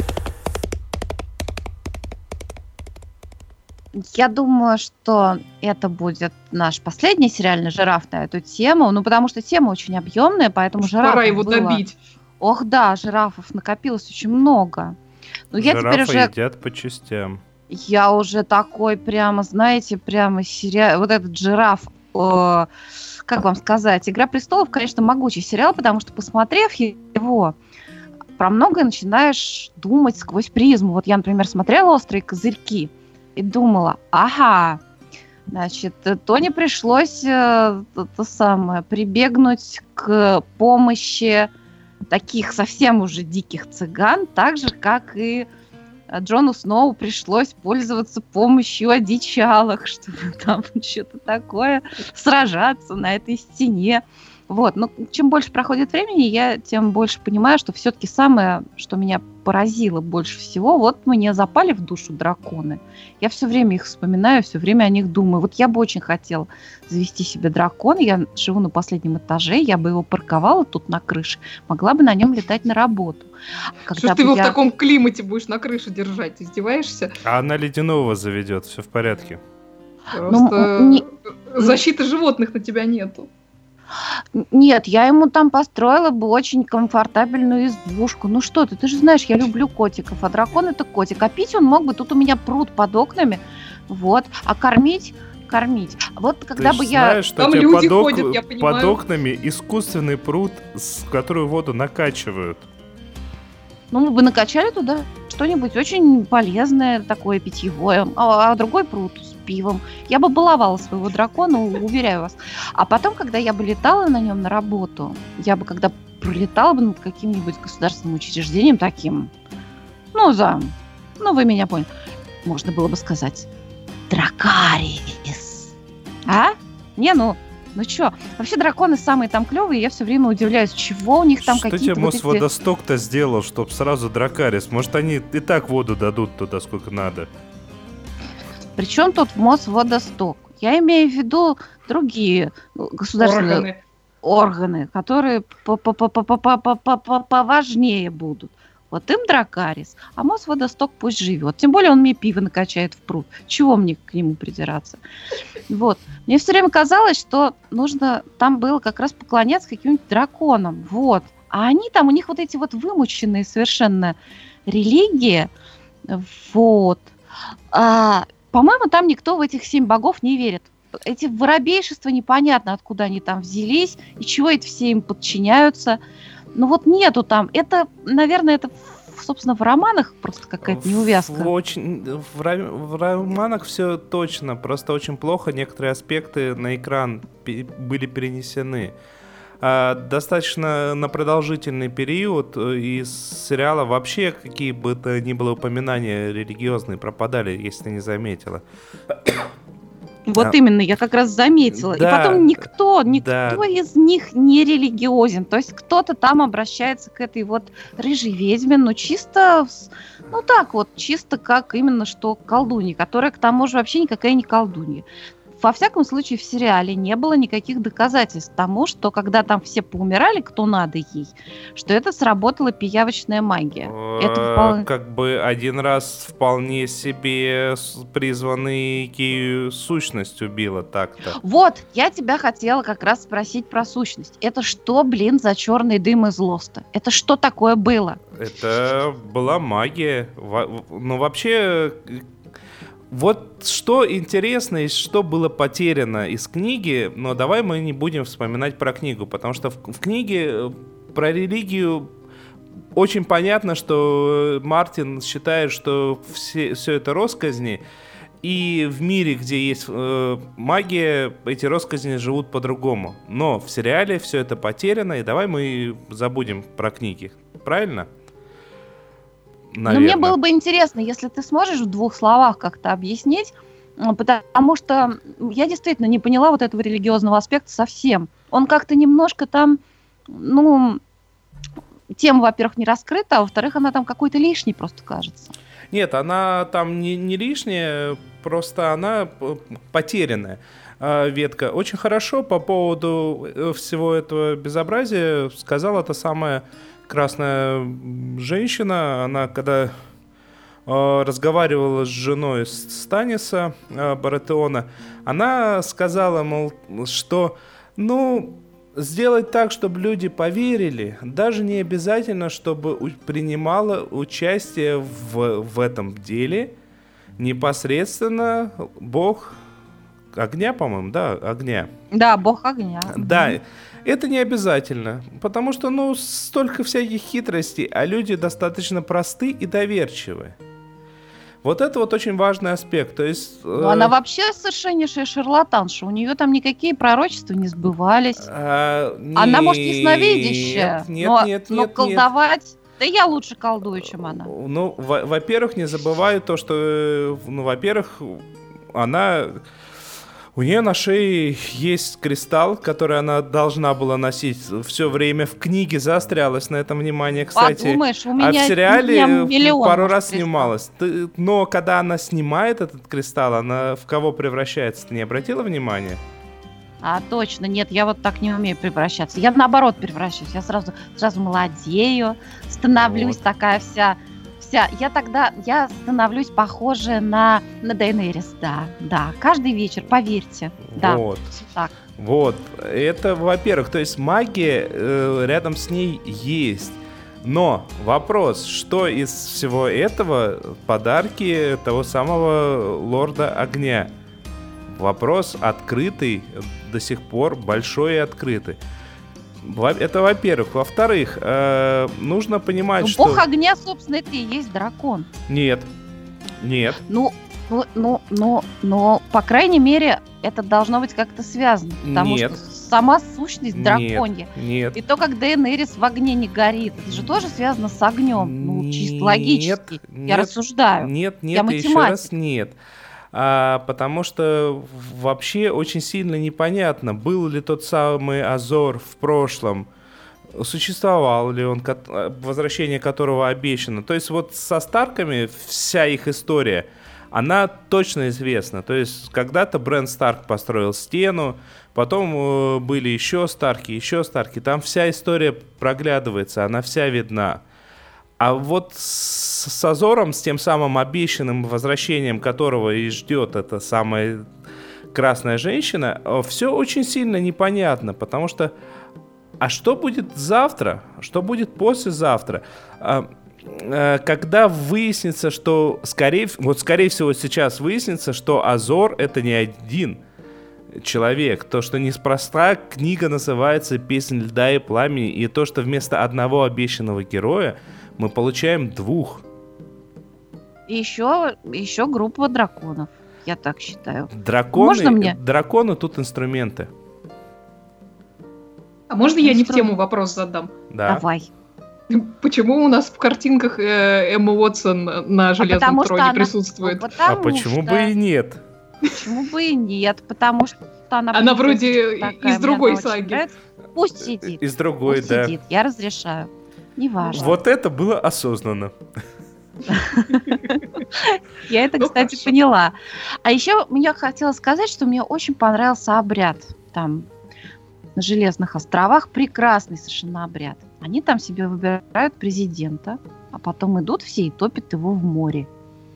Я думаю, что это будет наш последний сериальный жираф на эту тему, потому что тема очень объемная, поэтому жирафов пора его было... добить. Ох, да, жирафов накопилось очень много. Но я жирафы теперь уже... едят по частям. Я уже такой прямо, знаете, вот этот жираф, как вам сказать, «Игра престолов», конечно, могучий сериал, потому что, посмотрев его, про многое начинаешь думать сквозь призму. Вот я, например, смотрела «Острые козырьки» и думала, значит, Тони пришлось прибегнуть к помощи таких совсем уже диких цыган, так же, как и Джону Сноу пришлось пользоваться помощью одичалых, чтобы там что-то такое сражаться на этой стене. Вот, но чем больше проходит времени, я тем больше понимаю, что все-таки самое, что меня поразило больше всего, вот мне запали в душу драконы. Я все время их вспоминаю, все время о них думаю. Вот я бы очень хотела завести себе дракон. Я живу на последнем этаже, я бы его парковала тут на крыше, могла бы на нем летать на работу. Что ты его в таком климате будешь на крыше держать? Ты издеваешься? А она ледяного заведет, все в порядке. Просто защиты животных на тебя нету. Нет, я ему там построила бы очень комфортабельную избушку. Ну что ты же знаешь, я люблю котиков, а дракон это котик. А пить он мог бы, тут у меня пруд под окнами, вот. А кормить. Вот когда ты бы знаешь, что там люди ходят, я понимаю. Под окнами искусственный пруд, в которую воду накачивают. Ну, мы бы накачали туда что-нибудь очень полезное, такое питьевое, а другой пруд с пивом. Я бы баловала своего дракона, уверяю вас. А потом, когда я бы летала на нем на работу, когда пролетала бы над каким-нибудь государственным учреждением таким, вы меня поняли, можно было бы сказать Дракарис. А? Чё? Вообще драконы самые там клевые, я все время удивляюсь, чего у них там что какие-то... Что тебе Мосводосток-то сделал, чтоб сразу Дракарис? Может, они и так воду дадут туда, сколько надо? Причем тут Мосводосток? Я имею в виду другие государственные органы, которые поважнее будут. Вот им Дракарис, а Мосводосток пусть живет. Тем более он мне пиво накачает в пруд. Чего мне к нему придираться? Вот. Мне все время казалось, что нужно там было как раз поклоняться каким-нибудь драконам. Вот. А они там, у них вот эти вот вымученные совершенно религии. Вот. По-моему, там никто в этих 7 богов не верит. Эти воробейшества непонятно, откуда они там взялись, и чего это все им подчиняются. Ну вот нету там. Это, наверное, собственно, в романах просто какая-то неувязка. В романах все точно, просто очень плохо некоторые аспекты на экран были перенесены. Достаточно на продолжительный период из сериала вообще какие бы то ни было упоминания религиозные пропадали, если ты не заметила. Вот именно, я как раз заметила. Да, и потом никто из них не религиозен. То есть кто-то там обращается к этой вот рыжей ведьме, чисто, чисто как именно что колдунья, которая к тому же вообще никакая не колдунья. Во всяком случае, в сериале не было никаких доказательств тому, что когда там все поумирали, кто надо ей, что это сработала пиявочная магия. Это как бы один раз вполне себе призванный ею сущность убила так-то. Вот, я тебя хотела как раз спросить про сущность. Это что, за черный дым из Лоста? Это что такое было? Это была магия. Вообще... Вот что интересно и что было потеряно из книги, но давай мы не будем вспоминать про книгу, потому что в книге про религию очень понятно, что Мартин считает, что все это россказни, и в мире, где есть магия, эти россказни живут по-другому. Но в сериале все это потеряно, и давай мы забудем про книги. Правильно? Наверное. Но мне было бы интересно, если ты сможешь в 2 словах как-то объяснить, потому что я действительно не поняла вот этого религиозного аспекта совсем. Он как-то немножко там, тема, во-первых, не раскрыта, а во-вторых, она там какой-то лишней просто кажется. Нет, она там не лишняя, просто она потерянная ветка. Очень хорошо по поводу всего этого безобразия сказала та самая красная женщина. Она когда разговаривала с женой Станиса Баратеона, она сказала, мол, что сделать так, чтобы люди поверили, даже не обязательно, чтобы принимала участие в этом деле непосредственно бог огня, по-моему, да, огня. Да, бог огня. Да, это не обязательно, потому что, столько всяких хитростей, а люди достаточно просты и доверчивы. Вот это вот очень важный аспект. То есть, она вообще совершеннейшая шарлатанша. У нее там никакие пророчества не сбывались. Она, может, ясновидящая, но колдовать... Нет. Да я лучше колдую, чем она. Во-первых, не забывай то, что, во-первых, она У нее на шее есть кристалл, который она должна была носить все время. В книге заострялось на этом внимание, кстати. Подумаешь, у меня, а в сериале миллион, пару раз кристалл. снималась. Но когда она снимает этот кристалл, она в кого превращается? Ты не обратила внимания? А, точно, нет, я вот так не умею превращаться. Я наоборот превращаюсь. Я сразу молодею, становлюсь такая вся. Я становлюсь похожа на Дейенерис, да. Каждый вечер, поверьте. Да, Вот. так. Вот. Это, во-первых, то есть магия рядом с ней есть. Но вопрос, что из всего этого подарки того самого Лорда Огня? Вопрос открытый, до сих пор большой и открытый. Это во-первых. Во-вторых, нужно понимать, что... Бог огня, собственно, это и есть дракон. Нет. Ну, по крайней мере, это должно быть как-то связано. Потому Нет. что сама сущность драконья. Нет. И то, как Дейенерис в огне не горит, это же тоже связано с огнем. Ну, чисто логически. Я рассуждаю. Нет, Я еще математик. раз нет. Потому что вообще очень сильно непонятно, был ли тот самый Азор в прошлом, существовал ли он, возвращение которого обещано. То есть вот со Старками вся их история, она точно известна. То есть когда-то Брэн Старк построил стену, потом были еще Старки. Там вся история проглядывается, она вся видна. А вот с Азором, с тем самым обещанным возвращением которого и ждет эта самая красная женщина, все очень сильно непонятно, потому что а что будет завтра? Что будет послезавтра? Когда выяснится, что скорее всего сейчас выяснится, что Азор это не один человек, то, что неспроста книга называется «Песнь льда и пламени», и то, что вместо одного обещанного героя мы получаем двух. И еще группа драконов, я так считаю. Драконы, Можно мне? Драконы тут инструменты. А можно я не в тему вопрос задам? Да. Давай. Почему у нас в картинках Эмма Уотсон на железном троне присутствует? А почему бы и нет? Почему бы и нет? Потому что она вроде из другой саги. Пусть сидит. Из другой, Пусть да. сидит, я разрешаю. Неважно. Вот это было осознанно. Я это, кстати, поняла. А еще я хотела сказать, что мне очень понравился обряд там на Железных островах. Прекрасный совершенно обряд. Они там себе выбирают президента, а потом идут все и топят его в море.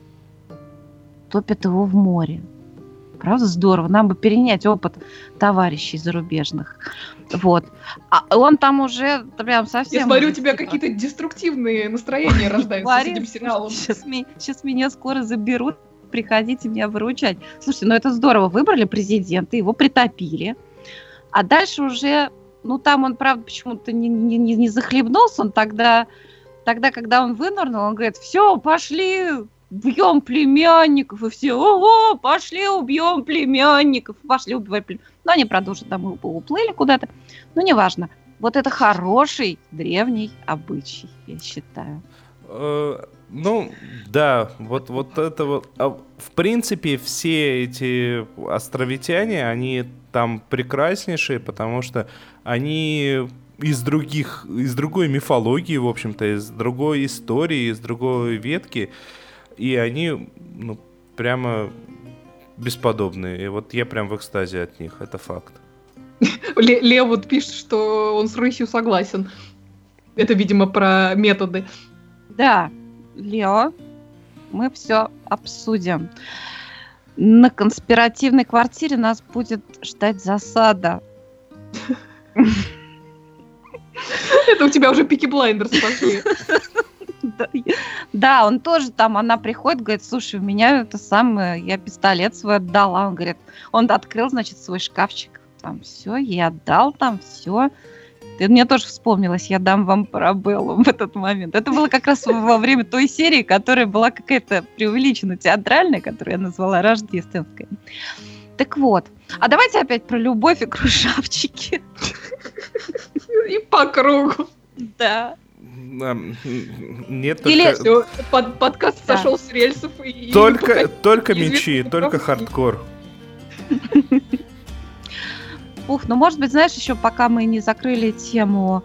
Правда, здорово. Нам бы перенять опыт товарищей зарубежных. Вот. А он там уже прям совсем... Я смотрю, у тебя какие-то деструктивные настроения рождаются с этим сериалом. Сейчас меня скоро заберут. Приходите меня выручать. Слушайте, ну это здорово. Выбрали президента, его притопили. А дальше уже... Ну, там он, правда, почему-то не захлебнулся. Он тогда, когда он вынырнул, он говорит, все, пошли... Убьем племянников, и все, ого, пошли убьем племянников, пошли убивать племянников. Но они, правда, уже там уплыли куда-то. Ну, неважно. Вот это хороший древний обычай, я считаю. Ну, да, вот это вот. В принципе, все эти островитяне, они там прекраснейшие, потому что они из другой мифологии, в общем-то, из другой истории, из другой ветки. И они, ну, прямо бесподобные. И вот я прям в экстазе от них, это факт. Лео вот пишет, что он с рысью согласен. Это, видимо, про методы. Да, Лео, мы все обсудим. На конспиративной квартире нас будет ждать засада. Это у тебя уже Пики Блайндерс пошли. Да, он тоже там, она приходит, говорит, слушай, у меня это самое, я пистолет свой отдала. Он говорит, он открыл, значит, свой шкафчик, там все, я отдал, там все. Мне тоже вспомнилось, я дам вам парабеллум в этот момент. Это было как раз во время той серии, которая была какая-то преувеличенно театральная, которую я назвала рождественской. Так вот, а давайте опять про любовь и кружавчики. И по кругу. Да. Нет, или все, подкаст сошел с рельсов. Только мечи, только хардкор. Ну, может быть, знаешь, еще пока мы не закрыли тему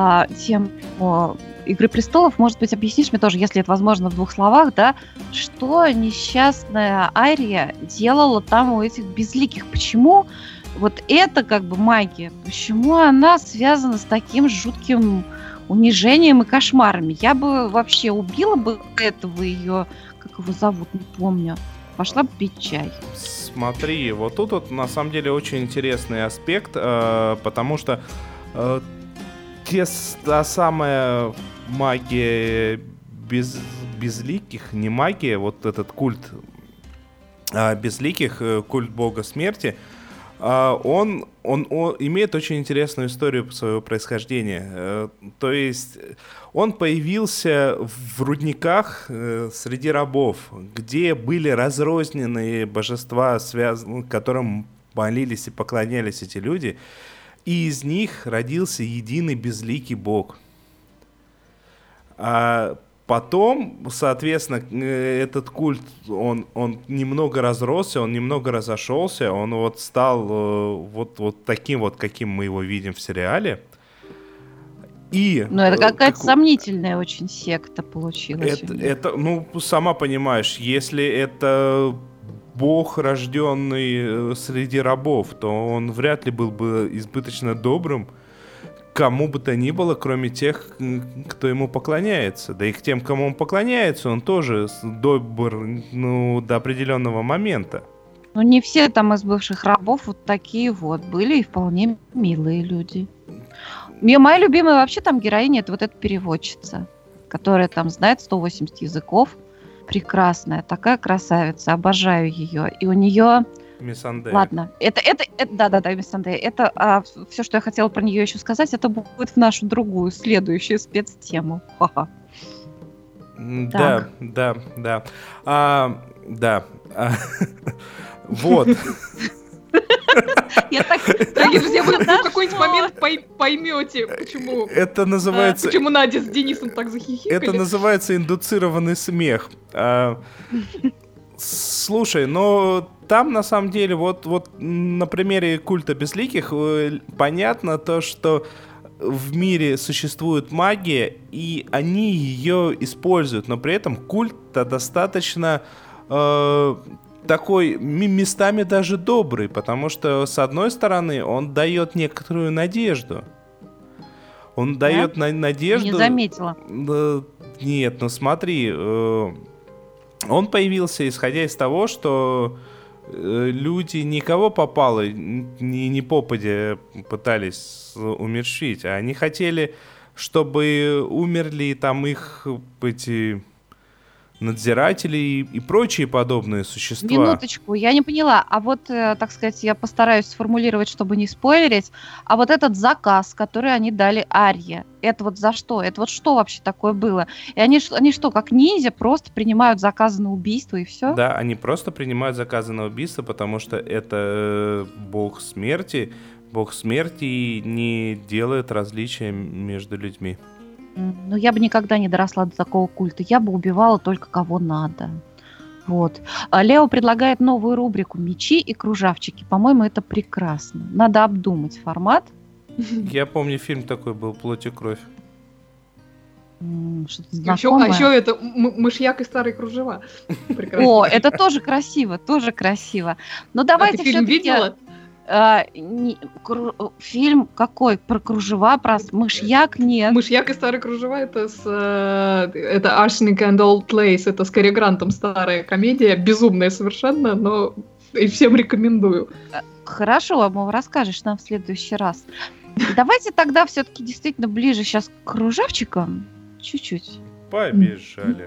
«Игры престолов», может быть, объяснишь мне тоже, если это возможно в 2 словах, да, что несчастная Ария делала там у этих безликих? Почему вот это как бы магия? Почему она связана с таким жутким унижением и кошмарами? Я бы вообще убила бы этого ее, как его зовут, не помню. Пошла бы пить чай. Смотри, вот тут вот на самом деле очень интересный аспект, потому что та самая магия безликих, не магия, вот этот культ безликих, культ бога смерти, он имеет очень интересную историю своего происхождения. То есть он появился в рудниках среди рабов, где были разрозненные божества, которым молились и поклонялись эти люди, и из них родился единый безликий бог. А потом, соответственно, этот культ, он немного разросся, он немного разошелся, он вот стал вот таким вот, каким мы его видим в сериале. Но это какая-то сомнительная очень секта получилась. Это, ну, сама понимаешь, если это бог, рожденный среди рабов, то он вряд ли был бы избыточно добрым кому бы то ни было, кроме тех, кто ему поклоняется. Да и к тем, кому он поклоняется, он тоже добр, ну, до определенного момента. Ну, не все там из бывших рабов вот такие вот. Были и вполне милые люди. Моя любимая вообще там героиня — это вот эта переводчица, которая там знает 180 языков. Прекрасная, такая красавица, обожаю ее. И у нее... Миссандея. Ладно, да, Миссандея. Это все, что я хотела про нее еще сказать, это будет в нашу другую, следующую спецтему. Ха-ха. Да. Вот. Я так... Дорогие друзья, вы в какой-нибудь момент поймете, почему... Это называется... Почему Надя с Денисом так захихикали. Это называется индуцированный смех. Слушай, но там на самом деле вот на примере культа безликих понятно то, что в мире существует магия, и они ее используют, но при этом культ-то достаточно такой местами даже добрый, потому что с одной стороны он дает некоторую надежду. Он дает надежду... Не заметила. Нет, ну смотри... Он появился, исходя из того, что люди никого попало, не попадя пытались умерщвить, а они хотели, чтобы умерли там их эти надзиратели и прочие подобные существа. Минуточку, я не поняла. А вот, так сказать, я постараюсь сформулировать, чтобы не спойлерить. А вот этот заказ, который они дали Арье, это вот за что? Это вот что вообще такое было? И они что, как ниндзя, просто принимают заказы на убийство и все? Да, они просто принимают заказы на убийство, потому что это бог смерти. Бог смерти не делает различия между людьми. Ну, я бы никогда не доросла до такого культа. Я бы убивала только кого надо. Вот. Лео предлагает новую рубрику «Мечи и кружавчики». По-моему, это прекрасно. Надо обдумать формат. Я помню, фильм такой был «Плоть и кровь». Что-то знакомое. А еще это мышьяк и старые кружева. Прекрасно. О, это тоже красиво, тоже красиво. Но давайте ты фильм все-таки... видела? Фильм какой? Про кружева, про мышьяк? Нет. Мышьяк и старые кружева — это Arsenic and Old Lace, это с Кэрри Грантом старая комедия, безумная совершенно, но и всем рекомендую. Хорошо, Мол, расскажешь нам в следующий раз. Давайте тогда все-таки действительно ближе сейчас к кружавчикам. Чуть-чуть. Побежали.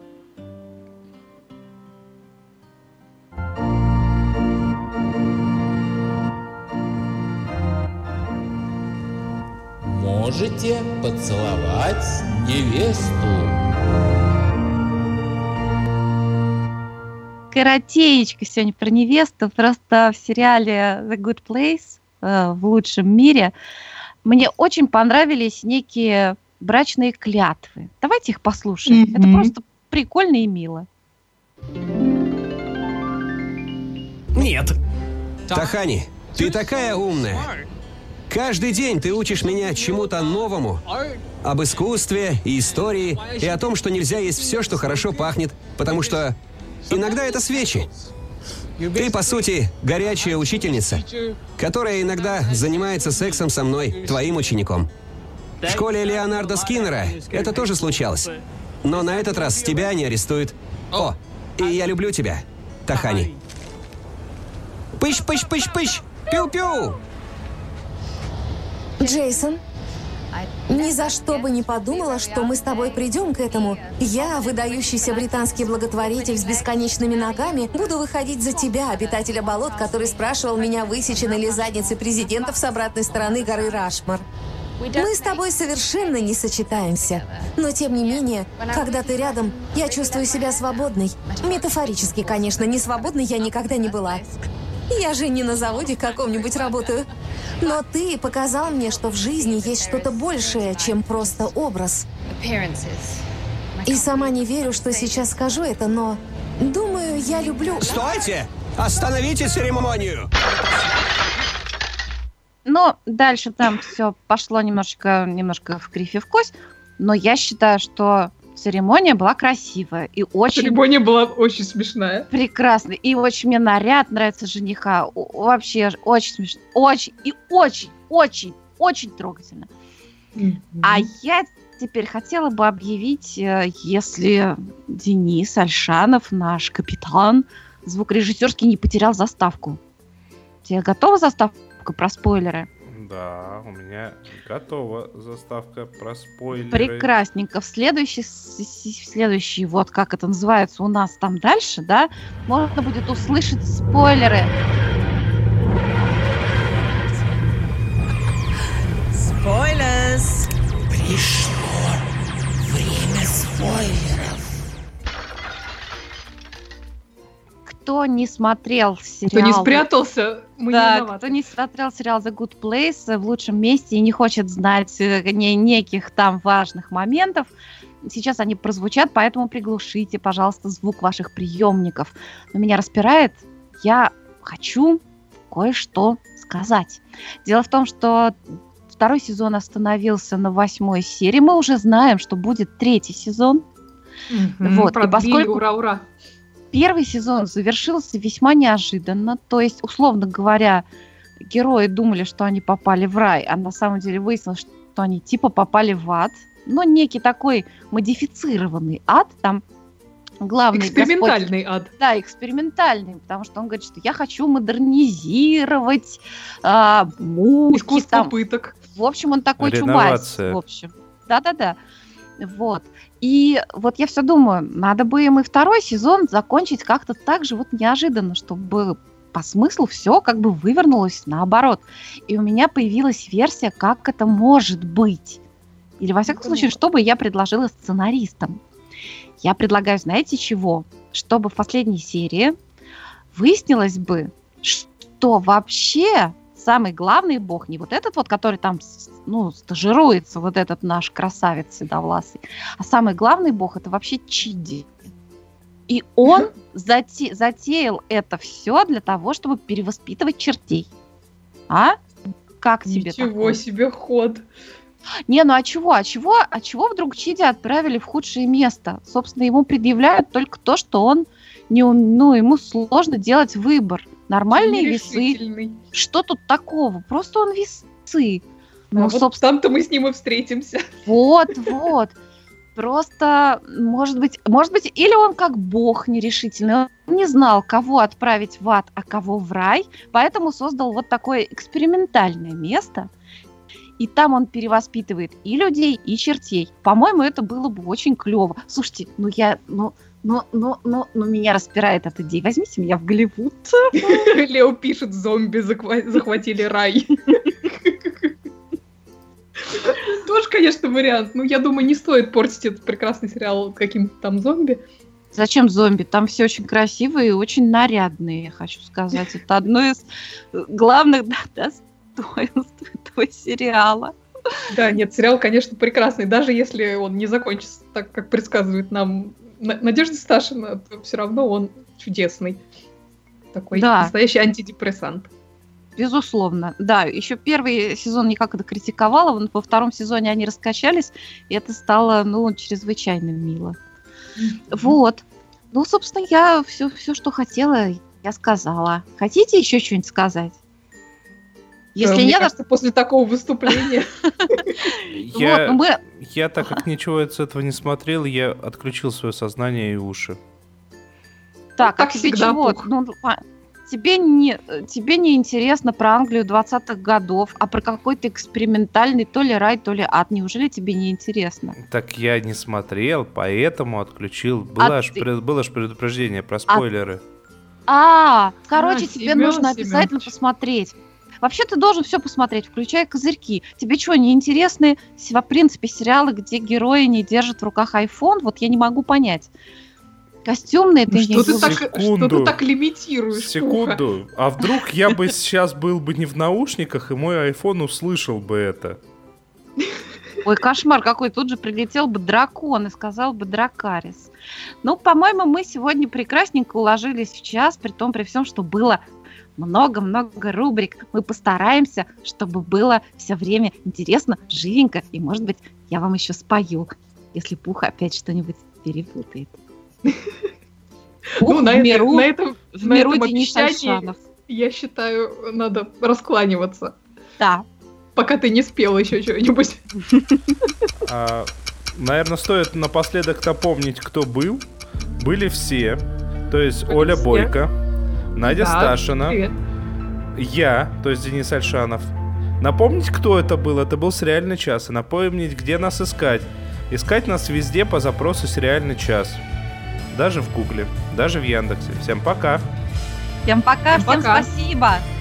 Можете поцеловать невесту. Коротеечка сегодня про невесту. Просто в сериале The Good Place, в лучшем мире, мне очень понравились некие брачные клятвы. Давайте их послушаем. Mm-hmm. Это просто прикольно и мило. Нет. Тахани, Ты такая умная. Каждый день ты учишь меня чему-то новому. Об искусстве и истории, и о том, что нельзя есть все, что хорошо пахнет, потому что иногда это свечи. Ты, по сути, горячая учительница, которая иногда занимается сексом со мной, твоим учеником. В школе Леонарда Скиннера это тоже случалось. Но на этот раз тебя не арестуют. О, и я люблю тебя, Тахани. Пыщ-пыщ-пыщ-пыщ! Пиу-пиу! Джейсон, ни за что бы не подумала, что мы с тобой придем к этому. Я, выдающийся британский благотворитель с бесконечными ногами, буду выходить за тебя, обитателя болот, который спрашивал меня, высечены ли задницы президентов с обратной стороны горы Рашмор. Мы с тобой совершенно не сочетаемся. Но, тем не менее, когда ты рядом, я чувствую себя свободной. Метафорически, конечно, не свободной я никогда не была. Я же не на заводе каком-нибудь работаю. Но ты показал мне, что в жизни есть что-то большее, чем просто образ. И сама не верю, что сейчас скажу это, но думаю, я люблю... Стойте! Остановите церемонию! Но дальше там все пошло немножко в кривь и в кость. Но я считаю, что церемония была красивая и очень... Церемония была очень смешная. Прекрасная. И очень мне наряд нравится жениха. Вообще очень смешно. Очень трогательно. А я теперь хотела бы объявить, если Денис Альшанов, наш капитан, звукорежиссерский, не потерял заставку. Тебе готова заставка про спойлеры? Да, у меня готова заставка про спойлеры. Прекрасненько. В следующий, вот как это называется у нас там дальше, да, можно будет услышать спойлеры. Спойлерс! Пришло время спойлеров. Кто не смотрел сериал... Кто не спрятался, мы не виноваты. Кто не смотрел сериал The Good Place в лучшем месте и не хочет знать неких там важных моментов, сейчас они прозвучат, поэтому приглушите, пожалуйста, звук ваших приемников. Но меня распирает, я хочу кое-что сказать. Дело в том, что второй сезон остановился на 8 серии. Мы уже знаем, что будет 3-й сезон. Вот. Продлили, и поскольку... ура-ура! Первый сезон завершился весьма неожиданно, то есть, условно говоря, герои думали, что они попали в рай, а на самом деле выяснилось, что они типа попали в ад, но некий такой модифицированный ад, там главный экспериментальный Господь, ад. Да, экспериментальный, потому что он говорит, что я хочу модернизировать муки. Искусство там. Пыток. В общем, он такой чубайс. В общем, да-да-да. Вот. И вот я все думаю, надо бы им и второй сезон закончить как-то так же вот неожиданно, чтобы по смыслу все как бы вывернулось наоборот. И у меня появилась версия, как это может быть. Или, во всяком случае, что бы я предложила сценаристам. Я предлагаю, знаете чего? Чтобы в последней серии выяснилось бы, что вообще... Самый главный бог, не вот этот вот, который там, стажируется, вот этот наш красавец седовласый, а самый главный бог — это вообще Чиди. И он затеял это все для того, чтобы перевоспитывать чертей. А? Как тебе такое? Ничего себе ход. Не, ну а чего вдруг Чиди отправили в худшее место? Собственно, ему предъявляют только то, что он ему сложно делать выбор. Нормальные весы. Что тут такого? Просто он весы. Вот собственно, там-то мы с ним и встретимся. Вот. Просто, может быть, или он как бог нерешительный. Он не знал, кого отправить в ад, а кого в рай. Поэтому создал вот такое экспериментальное место. И там он перевоспитывает и людей, и чертей. По-моему, это было бы очень клево. Слушайте, меня распирает эта идея. Возьмите меня в Голливуд. Лео пишет, зомби захватили рай. Тоже, конечно, вариант. Но я думаю, не стоит портить этот прекрасный сериал каким-то там зомби. Зачем зомби? Там все очень красивые и очень нарядные, я хочу сказать. Это одно из главных достоинств этого сериала. Да, нет, сериал, конечно, прекрасный. Даже если он не закончится так, как предсказывает нам Надежда Сташина, то все равно он чудесный. Такой настоящий антидепрессант. Безусловно, да. Еще первый сезон никак это критиковала, во втором сезоне они раскачались, и это стало, чрезвычайно мило. Вот. Собственно, я все, что хотела, я сказала. Хотите еще что-нибудь сказать? Если Мне нет, кажется, после такого выступления... Я, так как ничего из этого не смотрел, я отключил свое сознание и уши. Так, как всегда, тебе не интересно про Англию 20-х годов, а про какой-то экспериментальный то ли рай, то ли ад. Неужели тебе не интересно? Так я не смотрел, поэтому отключил. Было ж предупреждение про спойлеры. Тебе нужно обязательно посмотреть. Вообще ты должен все посмотреть, включая «Козырьки». Тебе что, не интересны, в принципе, сериалы, где герои не держат в руках iPhone? Вот я не могу понять. Костюмные ты что ты так лимитируешь? Секунду. А вдруг я бы сейчас был бы не в наушниках, и мой iPhone услышал бы это? Ой, кошмар какой. Тут же прилетел бы дракон и сказал бы Дракарис. По-моему, мы сегодня прекрасненько уложились в час, при всем, что было много-много рубрик. Мы постараемся, чтобы было все время интересно, живенько. И, может быть, я вам еще спою, если Пуха опять что-нибудь перепутает. На этом Денис Альшанов. Я считаю, надо раскланиваться. Да. Пока ты не спел еще что-нибудь. Наверное, стоит напоследок напомнить, кто был. Были все. То есть Оля Бойко, Надя Сташина, привет. Я, то есть Денис Альшанов. Напомнить, кто это был? Это был «Сериальный час». И напомнить, где нас искать. Искать нас везде по запросу «Сериальный час». Даже в Гугле, даже в Яндексе. Всем пока. Всем пока. Спасибо.